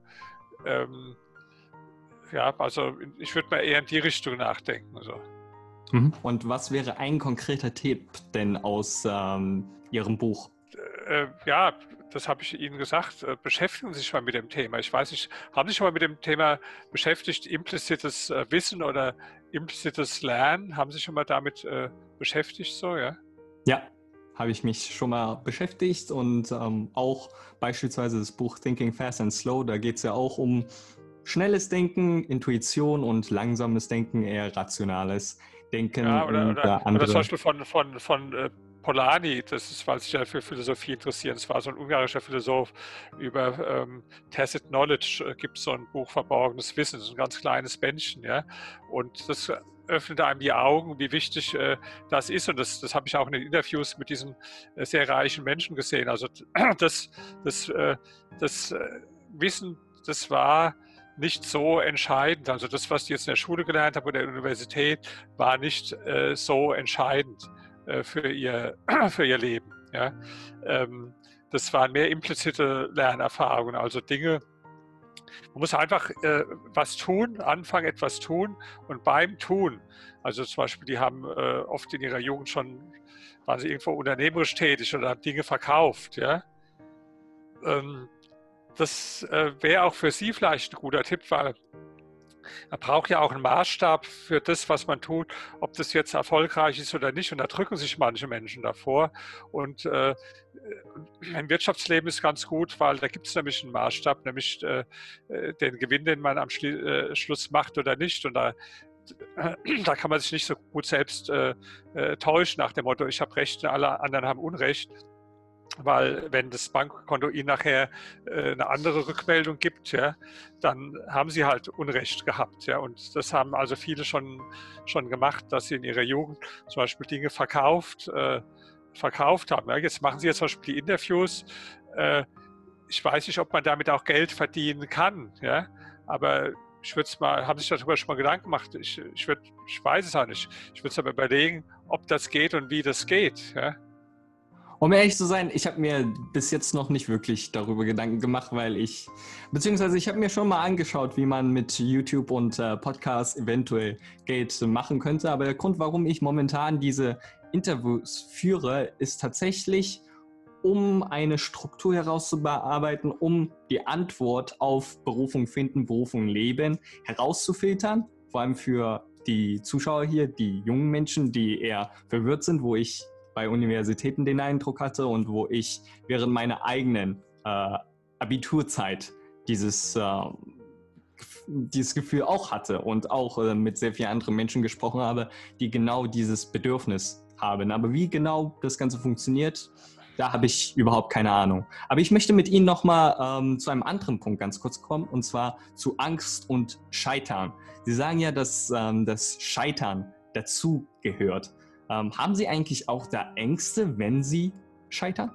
ja, also ich würde mal eher in die Richtung nachdenken. Also. Und was wäre ein konkreter Tipp denn aus Ihrem Buch? Ja, das habe ich Ihnen gesagt. Beschäftigen Sie sich mal mit dem Thema. Ich weiß nicht, haben Sie sich schon mal mit dem Thema beschäftigt, implizites Wissen oder implizites Lernen? Haben Sie sich schon mal damit beschäftigt? So, ja? Ja, habe ich mich schon mal beschäftigt und auch beispielsweise das Buch Thinking Fast and Slow, da geht es ja auch um schnelles Denken, Intuition und langsames Denken, eher rationales Denken. Ja, oder zum Beispiel von Polanyi, das ist, weil sich ja für Philosophie interessieren, das war so ein ungarischer Philosoph, über Tacit Knowledge gibt es so ein Buch Verborgenes Wissen, das ist ein ganz kleines Bändchen, ja, und das öffnet einem die Augen, wie wichtig das ist, und das habe ich auch in den Interviews mit diesen sehr reichen Menschen gesehen. Also das Wissen, das war nicht so entscheidend. Also das, was ich jetzt in der Schule gelernt habe oder in der Universität, war nicht so entscheidend für ihr Leben. Ja? Das waren mehr implizite Lernerfahrungen, also Dinge. Man muss einfach was tun, anfangen, etwas tun, und beim Tun, also zum Beispiel, die haben oft in ihrer Jugend waren sie irgendwo unternehmerisch tätig oder haben Dinge verkauft. Ja? Das wäre auch für Sie vielleicht ein guter Tipp, weil man braucht ja auch einen Maßstab für das, was man tut, ob das jetzt erfolgreich ist oder nicht. Und da drücken sich manche Menschen davor. Und im Wirtschaftsleben ist ganz gut, weil da gibt es nämlich einen Maßstab, nämlich den Gewinn, den man am Schluss macht oder nicht. Und da kann man sich nicht so gut selbst täuschen nach dem Motto, ich habe Recht und alle anderen haben Unrecht. Weil wenn das Bankkonto Ihnen nachher eine andere Rückmeldung gibt, ja, dann haben Sie halt Unrecht gehabt. Ja, und das haben also viele schon gemacht, dass sie in ihrer Jugend zum Beispiel Dinge verkauft haben. Ja. Jetzt machen Sie jetzt zum Beispiel die Interviews. Ich weiß nicht, ob man damit auch Geld verdienen kann. Ja, aber haben Sie sich darüber schon mal Gedanken gemacht? Ich weiß es auch nicht. Ich würde es aber überlegen, ob das geht und wie das geht. Ja. Um ehrlich zu sein, ich habe mir bis jetzt noch nicht wirklich darüber Gedanken gemacht, beziehungsweise ich habe mir schon mal angeschaut, wie man mit YouTube und Podcasts eventuell Geld machen könnte. Aber der Grund, warum ich momentan diese Interviews führe, ist tatsächlich, um eine Struktur herauszubearbeiten, um die Antwort auf Berufung finden, Berufung leben herauszufiltern. Vor allem für die Zuschauer hier, die jungen Menschen, die eher verwirrt sind, wo ich bei Universitäten den Eindruck hatte und wo ich während meiner eigenen Abiturzeit dieses Gefühl auch hatte und auch mit sehr vielen anderen Menschen gesprochen habe, die genau dieses Bedürfnis haben. Aber wie genau das Ganze funktioniert, da habe ich überhaupt keine Ahnung. Aber ich möchte mit Ihnen nochmal zu einem anderen Punkt ganz kurz kommen, und zwar zu Angst und Scheitern. Sie sagen ja, dass das Scheitern dazu gehört. Haben Sie eigentlich auch da Ängste, wenn Sie scheitern?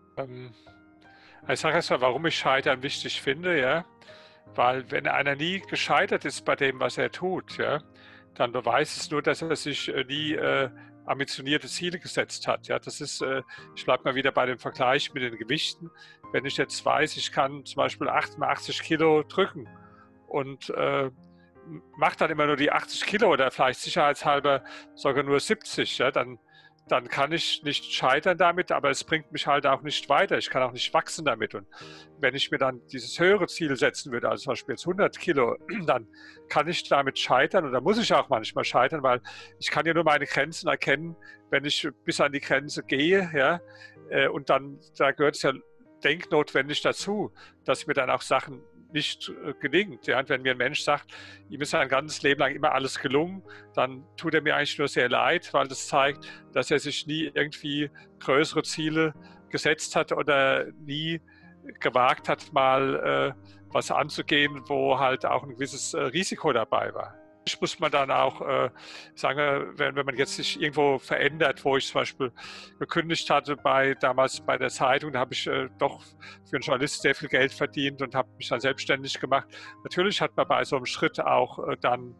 Ich sage erst mal, warum ich Scheitern wichtig finde, ja. Weil wenn einer nie gescheitert ist bei dem, was er tut, ja, dann beweist es nur, dass er sich nie ambitionierte Ziele gesetzt hat. Ja. Das ist, ich bleibe mal wieder bei dem Vergleich mit den Gewichten. Wenn ich jetzt weiß, ich kann zum Beispiel 88 Kilo drücken und macht dann immer nur die 80 Kilo oder vielleicht sicherheitshalber sogar nur 70, ja, dann kann ich nicht scheitern damit, aber es bringt mich halt auch nicht weiter. Ich kann auch nicht wachsen damit. Und wenn ich mir dann dieses höhere Ziel setzen würde, also zum Beispiel jetzt 100 Kilo, dann kann ich damit scheitern, und da muss ich auch manchmal scheitern, weil ich kann ja nur meine Grenzen erkennen, wenn ich bis an die Grenze gehe, ja, und dann, da gehört es ja denknotwendig dazu, dass mir dann auch Sachen nicht gelingt. Ja? Und wenn mir ein Mensch sagt, ihm ist sein ganzes Leben lang immer alles gelungen, dann tut er mir eigentlich nur sehr leid, weil das zeigt, dass er sich nie irgendwie größere Ziele gesetzt hat oder nie gewagt hat, mal was anzugehen, wo halt auch ein gewisses Risiko dabei war. Muss man dann auch sagen, wenn man jetzt sich irgendwo verändert, wo ich zum Beispiel gekündigt hatte damals bei der Zeitung, da habe ich doch für einen Journalist sehr viel Geld verdient und habe mich dann selbstständig gemacht. Natürlich hat man bei so einem Schritt auch dann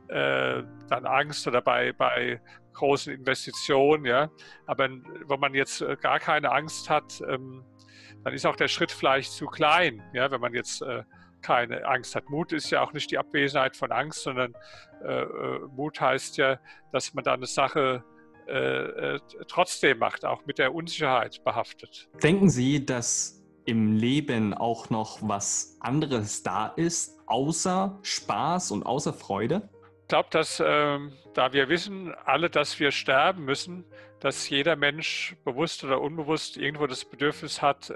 Angst, oder bei großen Investitionen, ja. Aber wenn man jetzt gar keine Angst hat, dann ist auch der Schritt vielleicht zu klein, ja, wenn man jetzt keine Angst hat. Mut ist ja auch nicht die Abwesenheit von Angst, sondern Mut heißt ja, dass man da eine Sache trotzdem macht, auch mit der Unsicherheit behaftet. Denken Sie, dass im Leben auch noch was anderes da ist, außer Spaß und außer Freude? Ich glaube, dass da wir wissen alle, dass wir sterben müssen, dass jeder Mensch bewusst oder unbewusst irgendwo das Bedürfnis hat,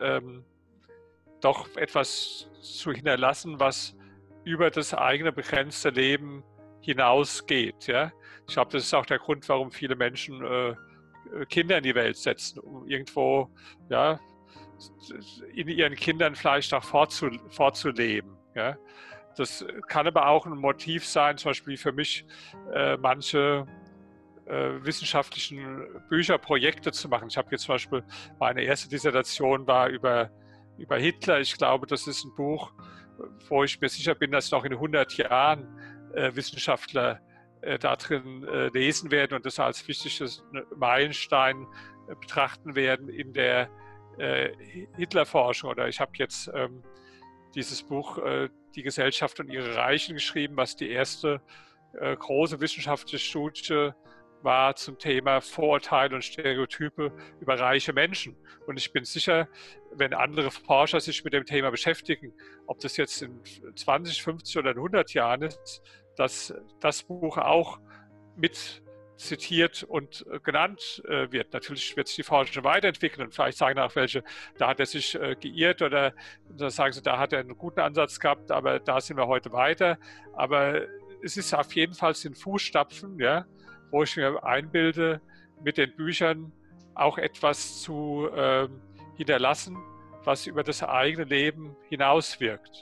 doch etwas zu hinterlassen, was über das eigene begrenzte Leben hinausgeht. Ja? Ich glaube, das ist auch der Grund, warum viele Menschen Kinder in die Welt setzen, um irgendwo ja, in ihren Kindern vielleicht auch vorzuleben. Ja. Das kann aber auch ein Motiv sein, zum Beispiel für mich manche wissenschaftlichen Bücher, Projekte zu machen. Ich habe jetzt zum Beispiel, meine erste Dissertation war über Hitler. Ich glaube, das ist ein Buch, wo ich mir sicher bin, dass noch in 100 Jahren Wissenschaftler da drin lesen werden und das als wichtiges Meilenstein betrachten werden in der Hitlerforschung. Oder ich habe jetzt dieses Buch Die Gesellschaft und ihre Reichen geschrieben, was die erste große wissenschaftliche Studie war zum Thema Vorurteile und Stereotype über reiche Menschen. Und ich bin sicher, wenn andere Forscher sich mit dem Thema beschäftigen, ob das jetzt in 20, 50 oder 100 Jahren ist, dass das Buch auch mit zitiert und genannt wird. Natürlich wird sich die Forschung weiterentwickeln und vielleicht sagen auch welche, da hat er sich geirrt oder da sagen sie, da hat er einen guten Ansatz gehabt, aber da sind wir heute weiter. Aber es ist auf jeden Fall in Fußstapfen, ja, wo ich mir einbilde, mit den Büchern auch etwas zu hinterlassen, was über das eigene Leben hinauswirkt.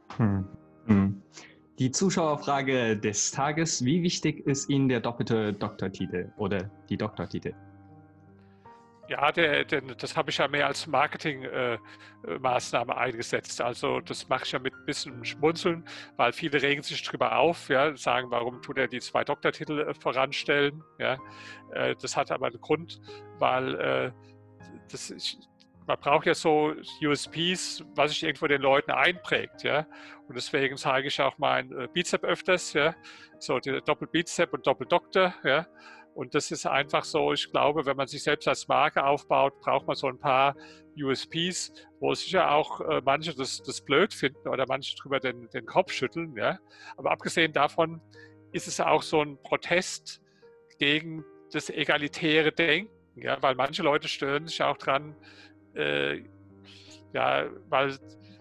Die Zuschauerfrage des Tages: Wie wichtig ist Ihnen der doppelte Doktortitel oder die Doktortitel? Ja, das habe ich ja mehr als Marketingmaßnahme eingesetzt. Also das mache ich ja mit ein bisschen Schmunzeln, weil viele regen sich drüber auf, ja, sagen, warum tut er die 2 Doktortitel voranstellen. Ja. Das hat aber einen Grund, weil man braucht ja so USPs, was sich irgendwo den Leuten einprägt. Ja. Und deswegen zeige ich auch meinen Bizep öfters, ja, so die Doppelbizep und Doppeldoktor. Ja. Und das ist einfach so, ich glaube, wenn man sich selbst als Marke aufbaut, braucht man so ein paar USPs, wo sicher auch manche das blöd finden oder manche drüber den Kopf schütteln. Ja. Aber abgesehen davon ist es auch so ein Protest gegen das egalitäre Denken, ja, weil manche Leute stören sich auch dran, ja, weil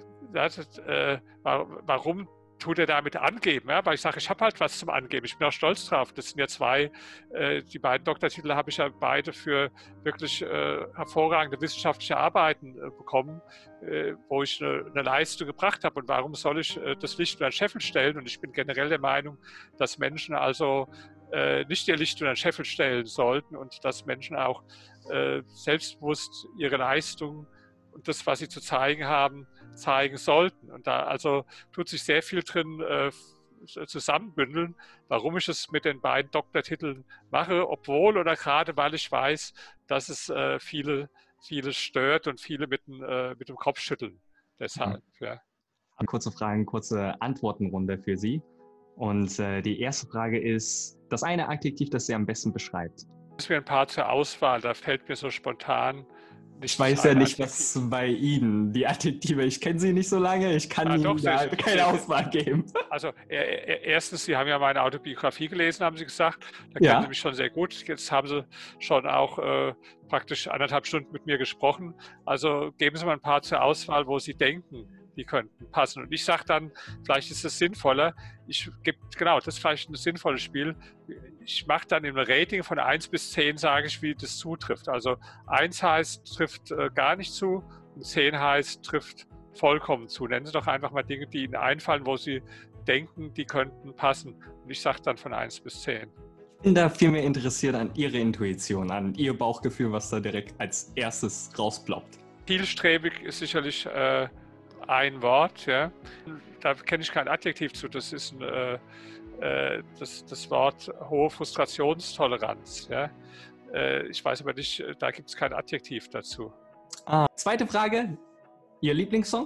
warum tut er damit angeben? Ja? Weil ich sage, ich habe halt was zum Angeben. Ich bin auch stolz drauf. Das sind ja 2, die beiden Doktortitel habe ich ja beide für wirklich hervorragende wissenschaftliche Arbeiten bekommen, wo ich eine Leistung gebracht habe. Und warum soll ich das Licht unter den Scheffel stellen? Und ich bin generell der Meinung, dass Menschen also nicht ihr Licht unter den Scheffel stellen sollten und dass Menschen auch selbstbewusst ihre Leistung und das, was sie zu zeigen haben, zeigen sollten. Und da also tut sich sehr viel drin zusammenbündeln, warum ich es mit den beiden Doktortiteln mache, obwohl oder gerade weil ich weiß, dass es viele stört und viele mit dem Kopf schütteln. Deshalb, ja. Kurze Fragen, kurze Antwortenrunde für Sie. Und die erste Frage ist, das eine Adjektiv, das Sie am besten beschreibt. Es mir ein paar zur Auswahl, da fällt mir so spontan nicht. Ich weiß ja nicht, was bei Ihnen die Adjektive, ich kenne Sie nicht so lange, ich kann Ihnen da keine Auswahl geben. Also erstens, Sie haben ja meine Autobiografie gelesen, haben Sie gesagt, da kennen Sie mich schon sehr gut. Jetzt haben Sie schon auch praktisch 1,5 Stunden mit mir gesprochen. Also geben Sie mal ein paar zur Auswahl, wo Sie denken, die könnten passen. Und ich sage dann, vielleicht ist es sinnvoller, das ist vielleicht ein sinnvolles Spiel, ich mache dann im Rating von 1 bis 10, sage ich, wie das zutrifft. Also 1 heißt, trifft gar nicht zu und 10 heißt, trifft vollkommen zu. Nennen Sie doch einfach mal Dinge, die Ihnen einfallen, wo Sie denken, die könnten passen. Und ich sage dann von 1 bis 10. Ich bin da viel mehr interessiert an Ihre Intuition, an Ihr Bauchgefühl, was da direkt als erstes rausploppt. Zielstrebig ist sicherlich ein Wort, ja. Da kenne ich kein Adjektiv zu. Das ist das Wort hohe Frustrationstoleranz. Ja. Ich weiß aber nicht, da gibt es kein Adjektiv dazu. Zweite Frage, Ihr Lieblingssong?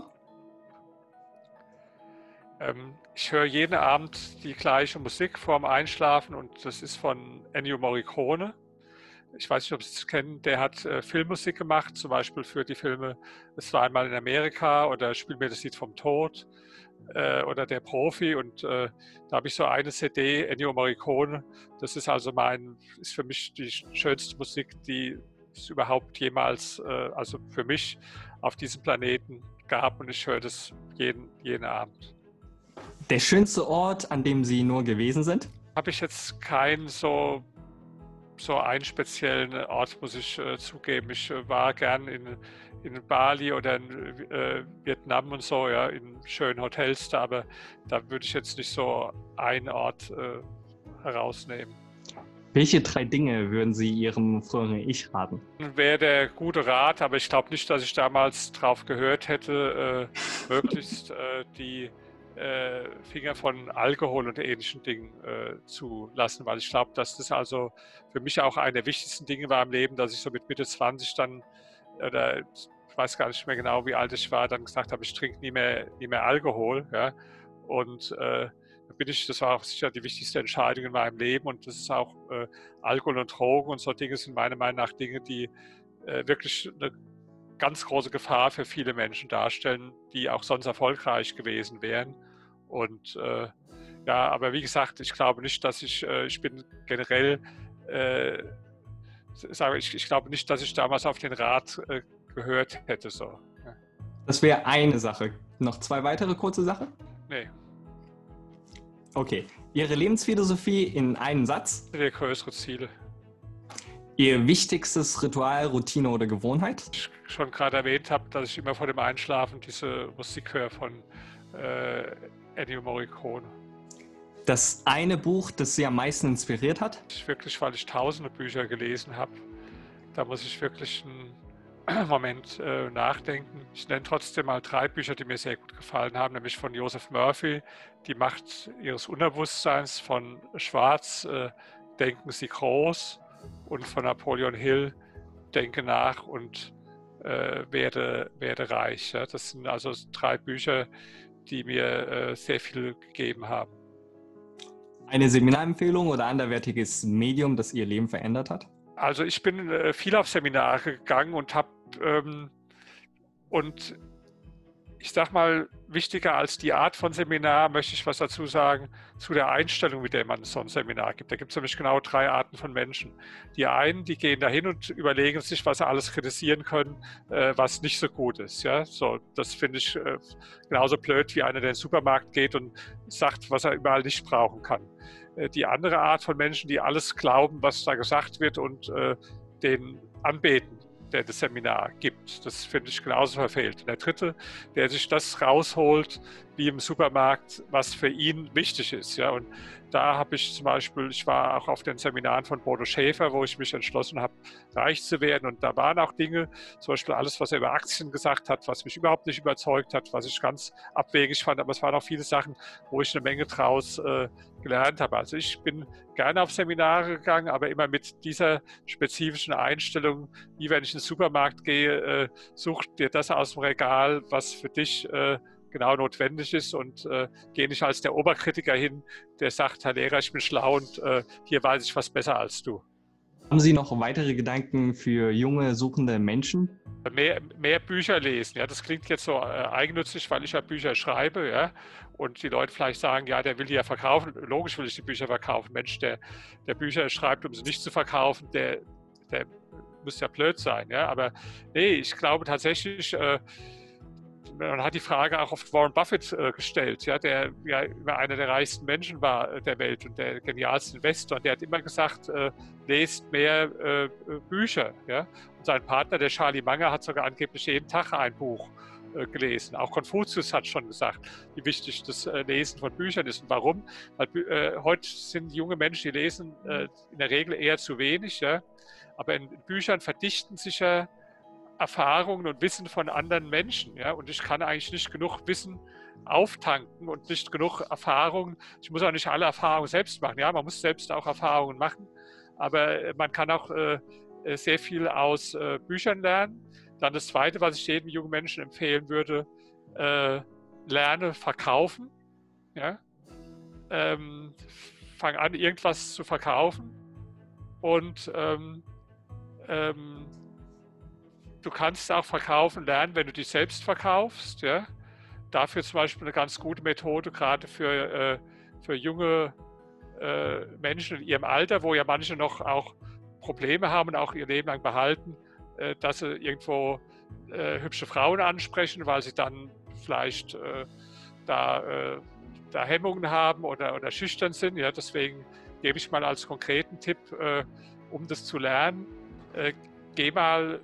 Ich höre jeden Abend die gleiche Musik vorm Einschlafen und das ist von Ennio Morricone. Ich weiß nicht, ob Sie es kennen, der hat Filmmusik gemacht, zum Beispiel für die Filme Es war einmal in Amerika oder Spiel mir das Lied vom Tod oder Der Profi. Und da habe ich so eine CD, Ennio Morricone. Das ist also ist für mich die schönste Musik, die es überhaupt jemals, also für mich, auf diesem Planeten gab. Und ich höre das jeden Abend. Der schönste Ort, an dem Sie nur gewesen sind? Habe ich jetzt keinen so so einen speziellen Ort, muss ich zugeben. Ich war gern in Bali oder in Vietnam und so, ja, in schönen Hotels da, aber da würde ich jetzt nicht so einen Ort herausnehmen. Welche 3 Dinge würden Sie Ihrem früheren Ich raten? Wäre der gute Rat, aber ich glaube nicht, dass ich damals drauf gehört hätte, möglichst die Finger von Alkohol und ähnlichen Dingen zu lassen, weil ich glaube, dass das also für mich auch eine der wichtigsten Dinge war im Leben, dass ich so mit Mitte 20 dann, oder ich weiß gar nicht mehr genau, wie alt ich war, dann gesagt habe, ich trinke nie mehr Alkohol. Ja? Und das war auch sicher die wichtigste Entscheidung in meinem Leben, und das ist auch Alkohol und Drogen und so Dinge sind meiner Meinung nach Dinge, die wirklich eine ganz große Gefahr für viele Menschen darstellen, die auch sonst erfolgreich gewesen wären. Und ja, aber wie gesagt, ich glaube nicht, dass ich bin generell, ich glaube nicht, dass ich damals auf den Rat gehört hätte. So. Ja. Das wäre eine Sache. Noch 2 weitere kurze Sachen? Nee. Okay. Ihre Lebensphilosophie in einem Satz? Wir größere Ziele. Ihr wichtigstes Ritual, Routine oder Gewohnheit? Ich schon gerade erwähnt habe, dass ich immer vor dem Einschlafen diese Musik höre von Ennio Morricone. Das eine Buch, das Sie am meisten inspiriert hat? Wirklich, weil ich tausende Bücher gelesen habe. Da muss ich wirklich einen Moment nachdenken. Ich nenne trotzdem mal 3 Bücher, die mir sehr gut gefallen haben, nämlich von Joseph Murphy, Die Macht Ihres Unterbewusstseins, von Schwarz, Denken Sie groß, und von Napoleon Hill, Denke nach und werde reich. Ja. Das sind also 3 Bücher, die mir sehr viel gegeben haben. Eine Seminarempfehlung oder anderwertiges Medium, das Ihr Leben verändert hat? Also ich bin viel auf Seminare gegangen und habe und ich sag mal, wichtiger als die Art von Seminar möchte ich was dazu sagen, zu der Einstellung, mit der man so ein Seminar gibt. Da gibt es nämlich genau 3 Arten von Menschen. Die einen, die gehen dahin und überlegen sich, was sie alles kritisieren können, was nicht so gut ist. Ja? So, das finde ich genauso blöd, wie einer, der in den Supermarkt geht und sagt, was er überall nicht brauchen kann. Die andere Art von Menschen, die alles glauben, was da gesagt wird, und den anbeten, der das Seminar gibt. Das finde ich genauso verfehlt. Und der dritte, der sich das rausholt, wie im Supermarkt, was für ihn wichtig ist. Ja? Und da habe ich zum Beispiel, ich war auch auf den Seminaren von Bodo Schäfer, wo ich mich entschlossen habe, reich zu werden. Und da waren auch Dinge, zum Beispiel alles, was er über Aktien gesagt hat, was mich überhaupt nicht überzeugt hat, was ich ganz abwegig fand. Aber es waren auch viele Sachen, wo ich eine Menge draus gelernt habe. Also ich bin gerne auf Seminare gegangen, aber immer mit dieser spezifischen Einstellung, wie wenn ich in den Supermarkt gehe, such dir das aus dem Regal, was für dich genau notwendig ist, und gehe nicht als der Oberkritiker hin, der sagt, Herr Lehrer, ich bin schlau und hier weiß ich was besser als du. Haben Sie noch weitere Gedanken für junge, suchende Menschen? Mehr Bücher lesen. Ja, das klingt jetzt so eigennützig, weil ich ja Bücher schreibe, ja, und die Leute vielleicht sagen, ja, der will die ja verkaufen. Logisch will ich die Bücher verkaufen. Mensch, der Bücher schreibt, um sie nicht zu verkaufen, der muss ja blöd sein. Ja, aber nee, ich glaube tatsächlich, man hat die Frage auch auf Warren Buffett gestellt, ja, der ja immer einer der reichsten Menschen war der Welt und der genialste Investor. Und der hat immer gesagt, lest mehr Bücher. Ja? Und sein Partner, der Charlie Munger, hat sogar angeblich jeden Tag ein Buch gelesen. Auch Konfuzius hat schon gesagt, wie wichtig das Lesen von Büchern ist. Und warum? Weil heute sind junge Menschen, die lesen in der Regel eher zu wenig. Ja? Aber in Büchern verdichten sich ja Erfahrungen und Wissen von anderen Menschen. Ja? Und ich kann eigentlich nicht genug Wissen auftanken und nicht genug Erfahrungen. Ich muss auch nicht alle Erfahrungen selbst machen. Ja? Man muss selbst auch Erfahrungen machen. Aber man kann auch sehr viel aus Büchern lernen. Dann das Zweite, was ich jedem jungen Menschen empfehlen würde, lerne verkaufen. Ja? Fang an, irgendwas zu verkaufen. Und du kannst auch verkaufen lernen, wenn du dich selbst verkaufst. Ja? Dafür zum Beispiel eine ganz gute Methode, gerade für junge Menschen in ihrem Alter, wo ja manche noch auch Probleme haben und auch ihr Leben lang behalten, dass sie irgendwo hübsche Frauen ansprechen, weil sie dann vielleicht da Hemmungen haben oder schüchtern sind. Ja? Deswegen gebe ich mal als konkreten Tipp, um das zu lernen, geh mal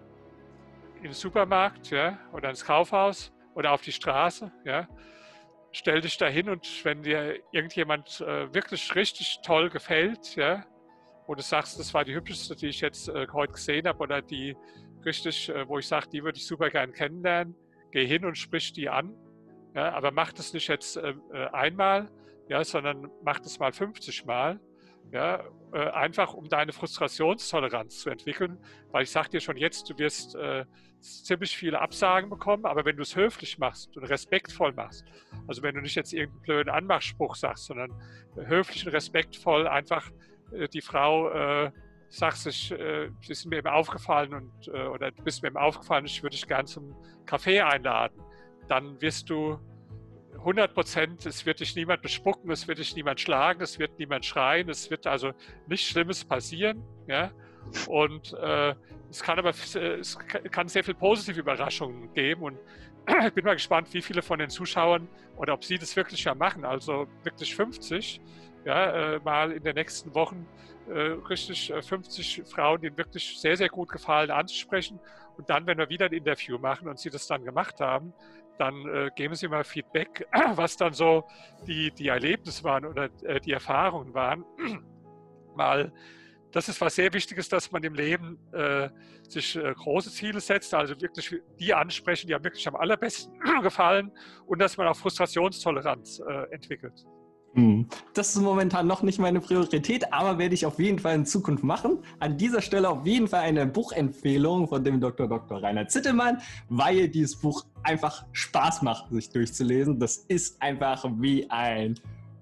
in den Supermarkt, ja, oder ins Kaufhaus oder auf die Straße, ja, stell dich da hin und wenn dir irgendjemand wirklich richtig toll gefällt, ja, wo du sagst, das war die hübscheste, die ich jetzt heute gesehen habe oder die richtig, wo ich sage, die würde ich super gern kennenlernen, geh hin und sprich die an, ja, aber mach das nicht jetzt einmal, ja, sondern mach das mal 50 Mal, ja, einfach um deine Frustrationstoleranz zu entwickeln, weil ich sage dir schon jetzt, du wirst ziemlich viele Absagen bekommen, aber wenn du es höflich machst und respektvoll machst, also wenn du nicht jetzt irgendeinen blöden Anmachspruch sagst, sondern höflich und respektvoll einfach die Frau sagst, sie ist mir eben aufgefallen oder du bist mir eben aufgefallen, ich würde dich gern zum Kaffee einladen, dann wirst du 100%, es wird dich niemand bespucken, es wird dich niemand schlagen, es wird niemand schreien, es wird also nichts Schlimmes passieren, ja, und es kann sehr viel positive Überraschungen geben und ich bin mal gespannt, wie viele von den Zuschauern oder ob sie das wirklich ja machen, also wirklich 50, ja, mal in den nächsten Wochen richtig 50 Frauen, die wirklich sehr, sehr gut gefallen, anzusprechen und dann, wenn wir wieder ein Interview machen und sie das dann gemacht haben, dann geben Sie mal Feedback, was dann so die Erlebnisse waren oder die Erfahrungen waren, weil das ist was sehr Wichtiges, dass man im Leben sich große Ziele setzt, also wirklich die ansprechen, die einem wirklich am allerbesten gefallen und dass man auch Frustrationstoleranz entwickelt. Das ist momentan noch nicht meine Priorität, aber werde ich auf jeden Fall in Zukunft machen. An dieser Stelle auf jeden Fall eine Buchempfehlung von dem Dr. Rainer Zittelmann, weil dieses Buch einfach Spaß macht, sich durchzulesen. Das ist einfach wie ein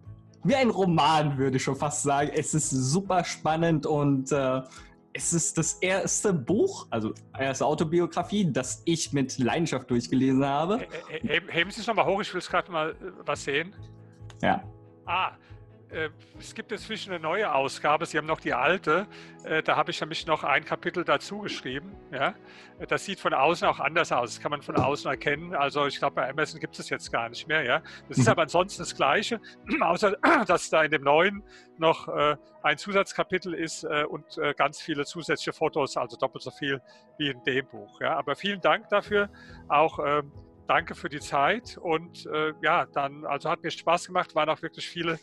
Roman, würde ich schon fast sagen. Es ist super spannend und es ist das erste Buch, also erste Autobiografie, das ich mit Leidenschaft durchgelesen habe. Heben Sie es nochmal hoch, ich will es gerade mal was sehen. Ja. Es gibt inzwischen eine neue Ausgabe, Sie haben noch die alte, da habe ich nämlich noch ein Kapitel dazu geschrieben. Ja? Das sieht von außen auch anders aus, das kann man von außen erkennen, also ich glaube bei Amazon gibt es jetzt gar nicht mehr. Ja? Das ist aber ansonsten das Gleiche, außer dass da in dem neuen noch ein Zusatzkapitel ist und ganz viele zusätzliche Fotos, also doppelt so viel wie in dem Buch. Ja? Aber vielen Dank dafür, auch danke für die Zeit und also hat mir Spaß gemacht, waren auch wirklich viele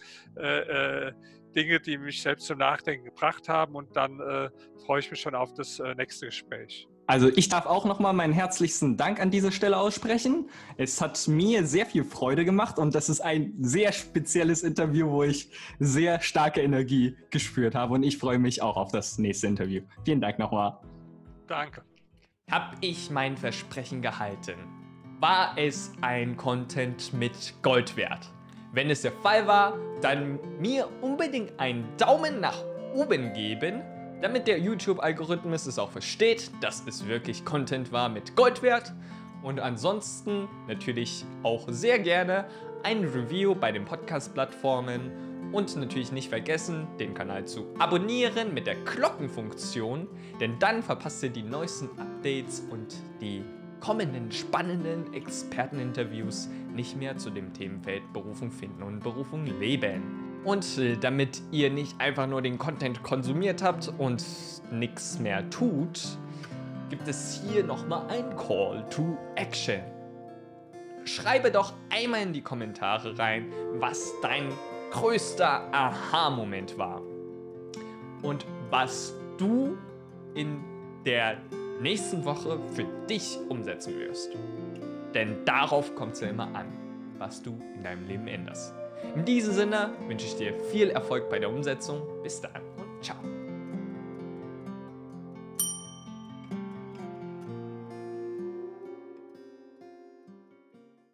Dinge, die mich selbst zum Nachdenken gebracht haben und dann freue ich mich schon auf das nächste Gespräch. Also ich darf auch nochmal meinen herzlichsten Dank an dieser Stelle aussprechen. Es hat mir sehr viel Freude gemacht und das ist ein sehr spezielles Interview, wo ich sehr starke Energie gespürt habe und ich freue mich auch auf das nächste Interview. Vielen Dank nochmal. Danke. Hab ich mein Versprechen gehalten? War es ein Content mit Gold wert? Wenn es der Fall war, dann mir unbedingt einen Daumen nach oben geben, damit der YouTube-Algorithmus es auch versteht, dass es wirklich Content war mit Gold wert. Und ansonsten natürlich auch sehr gerne ein Review bei den Podcast-Plattformen und natürlich nicht vergessen, den Kanal zu abonnieren mit der Glockenfunktion, denn dann verpasst ihr die neuesten Updates und die kommenden spannenden Experteninterviews nicht mehr zu dem Themenfeld Berufung finden und Berufung leben. Und damit ihr nicht einfach nur den Content konsumiert habt und nichts mehr tut, gibt es hier nochmal ein Call to Action. Schreibe doch einmal in die Kommentare rein, was dein größter Aha-Moment war und was du in der nächsten Woche für dich umsetzen wirst. Denn darauf kommt es ja immer an, was du in deinem Leben änderst. In diesem Sinne wünsche ich dir viel Erfolg bei der Umsetzung. Bis dann und ciao.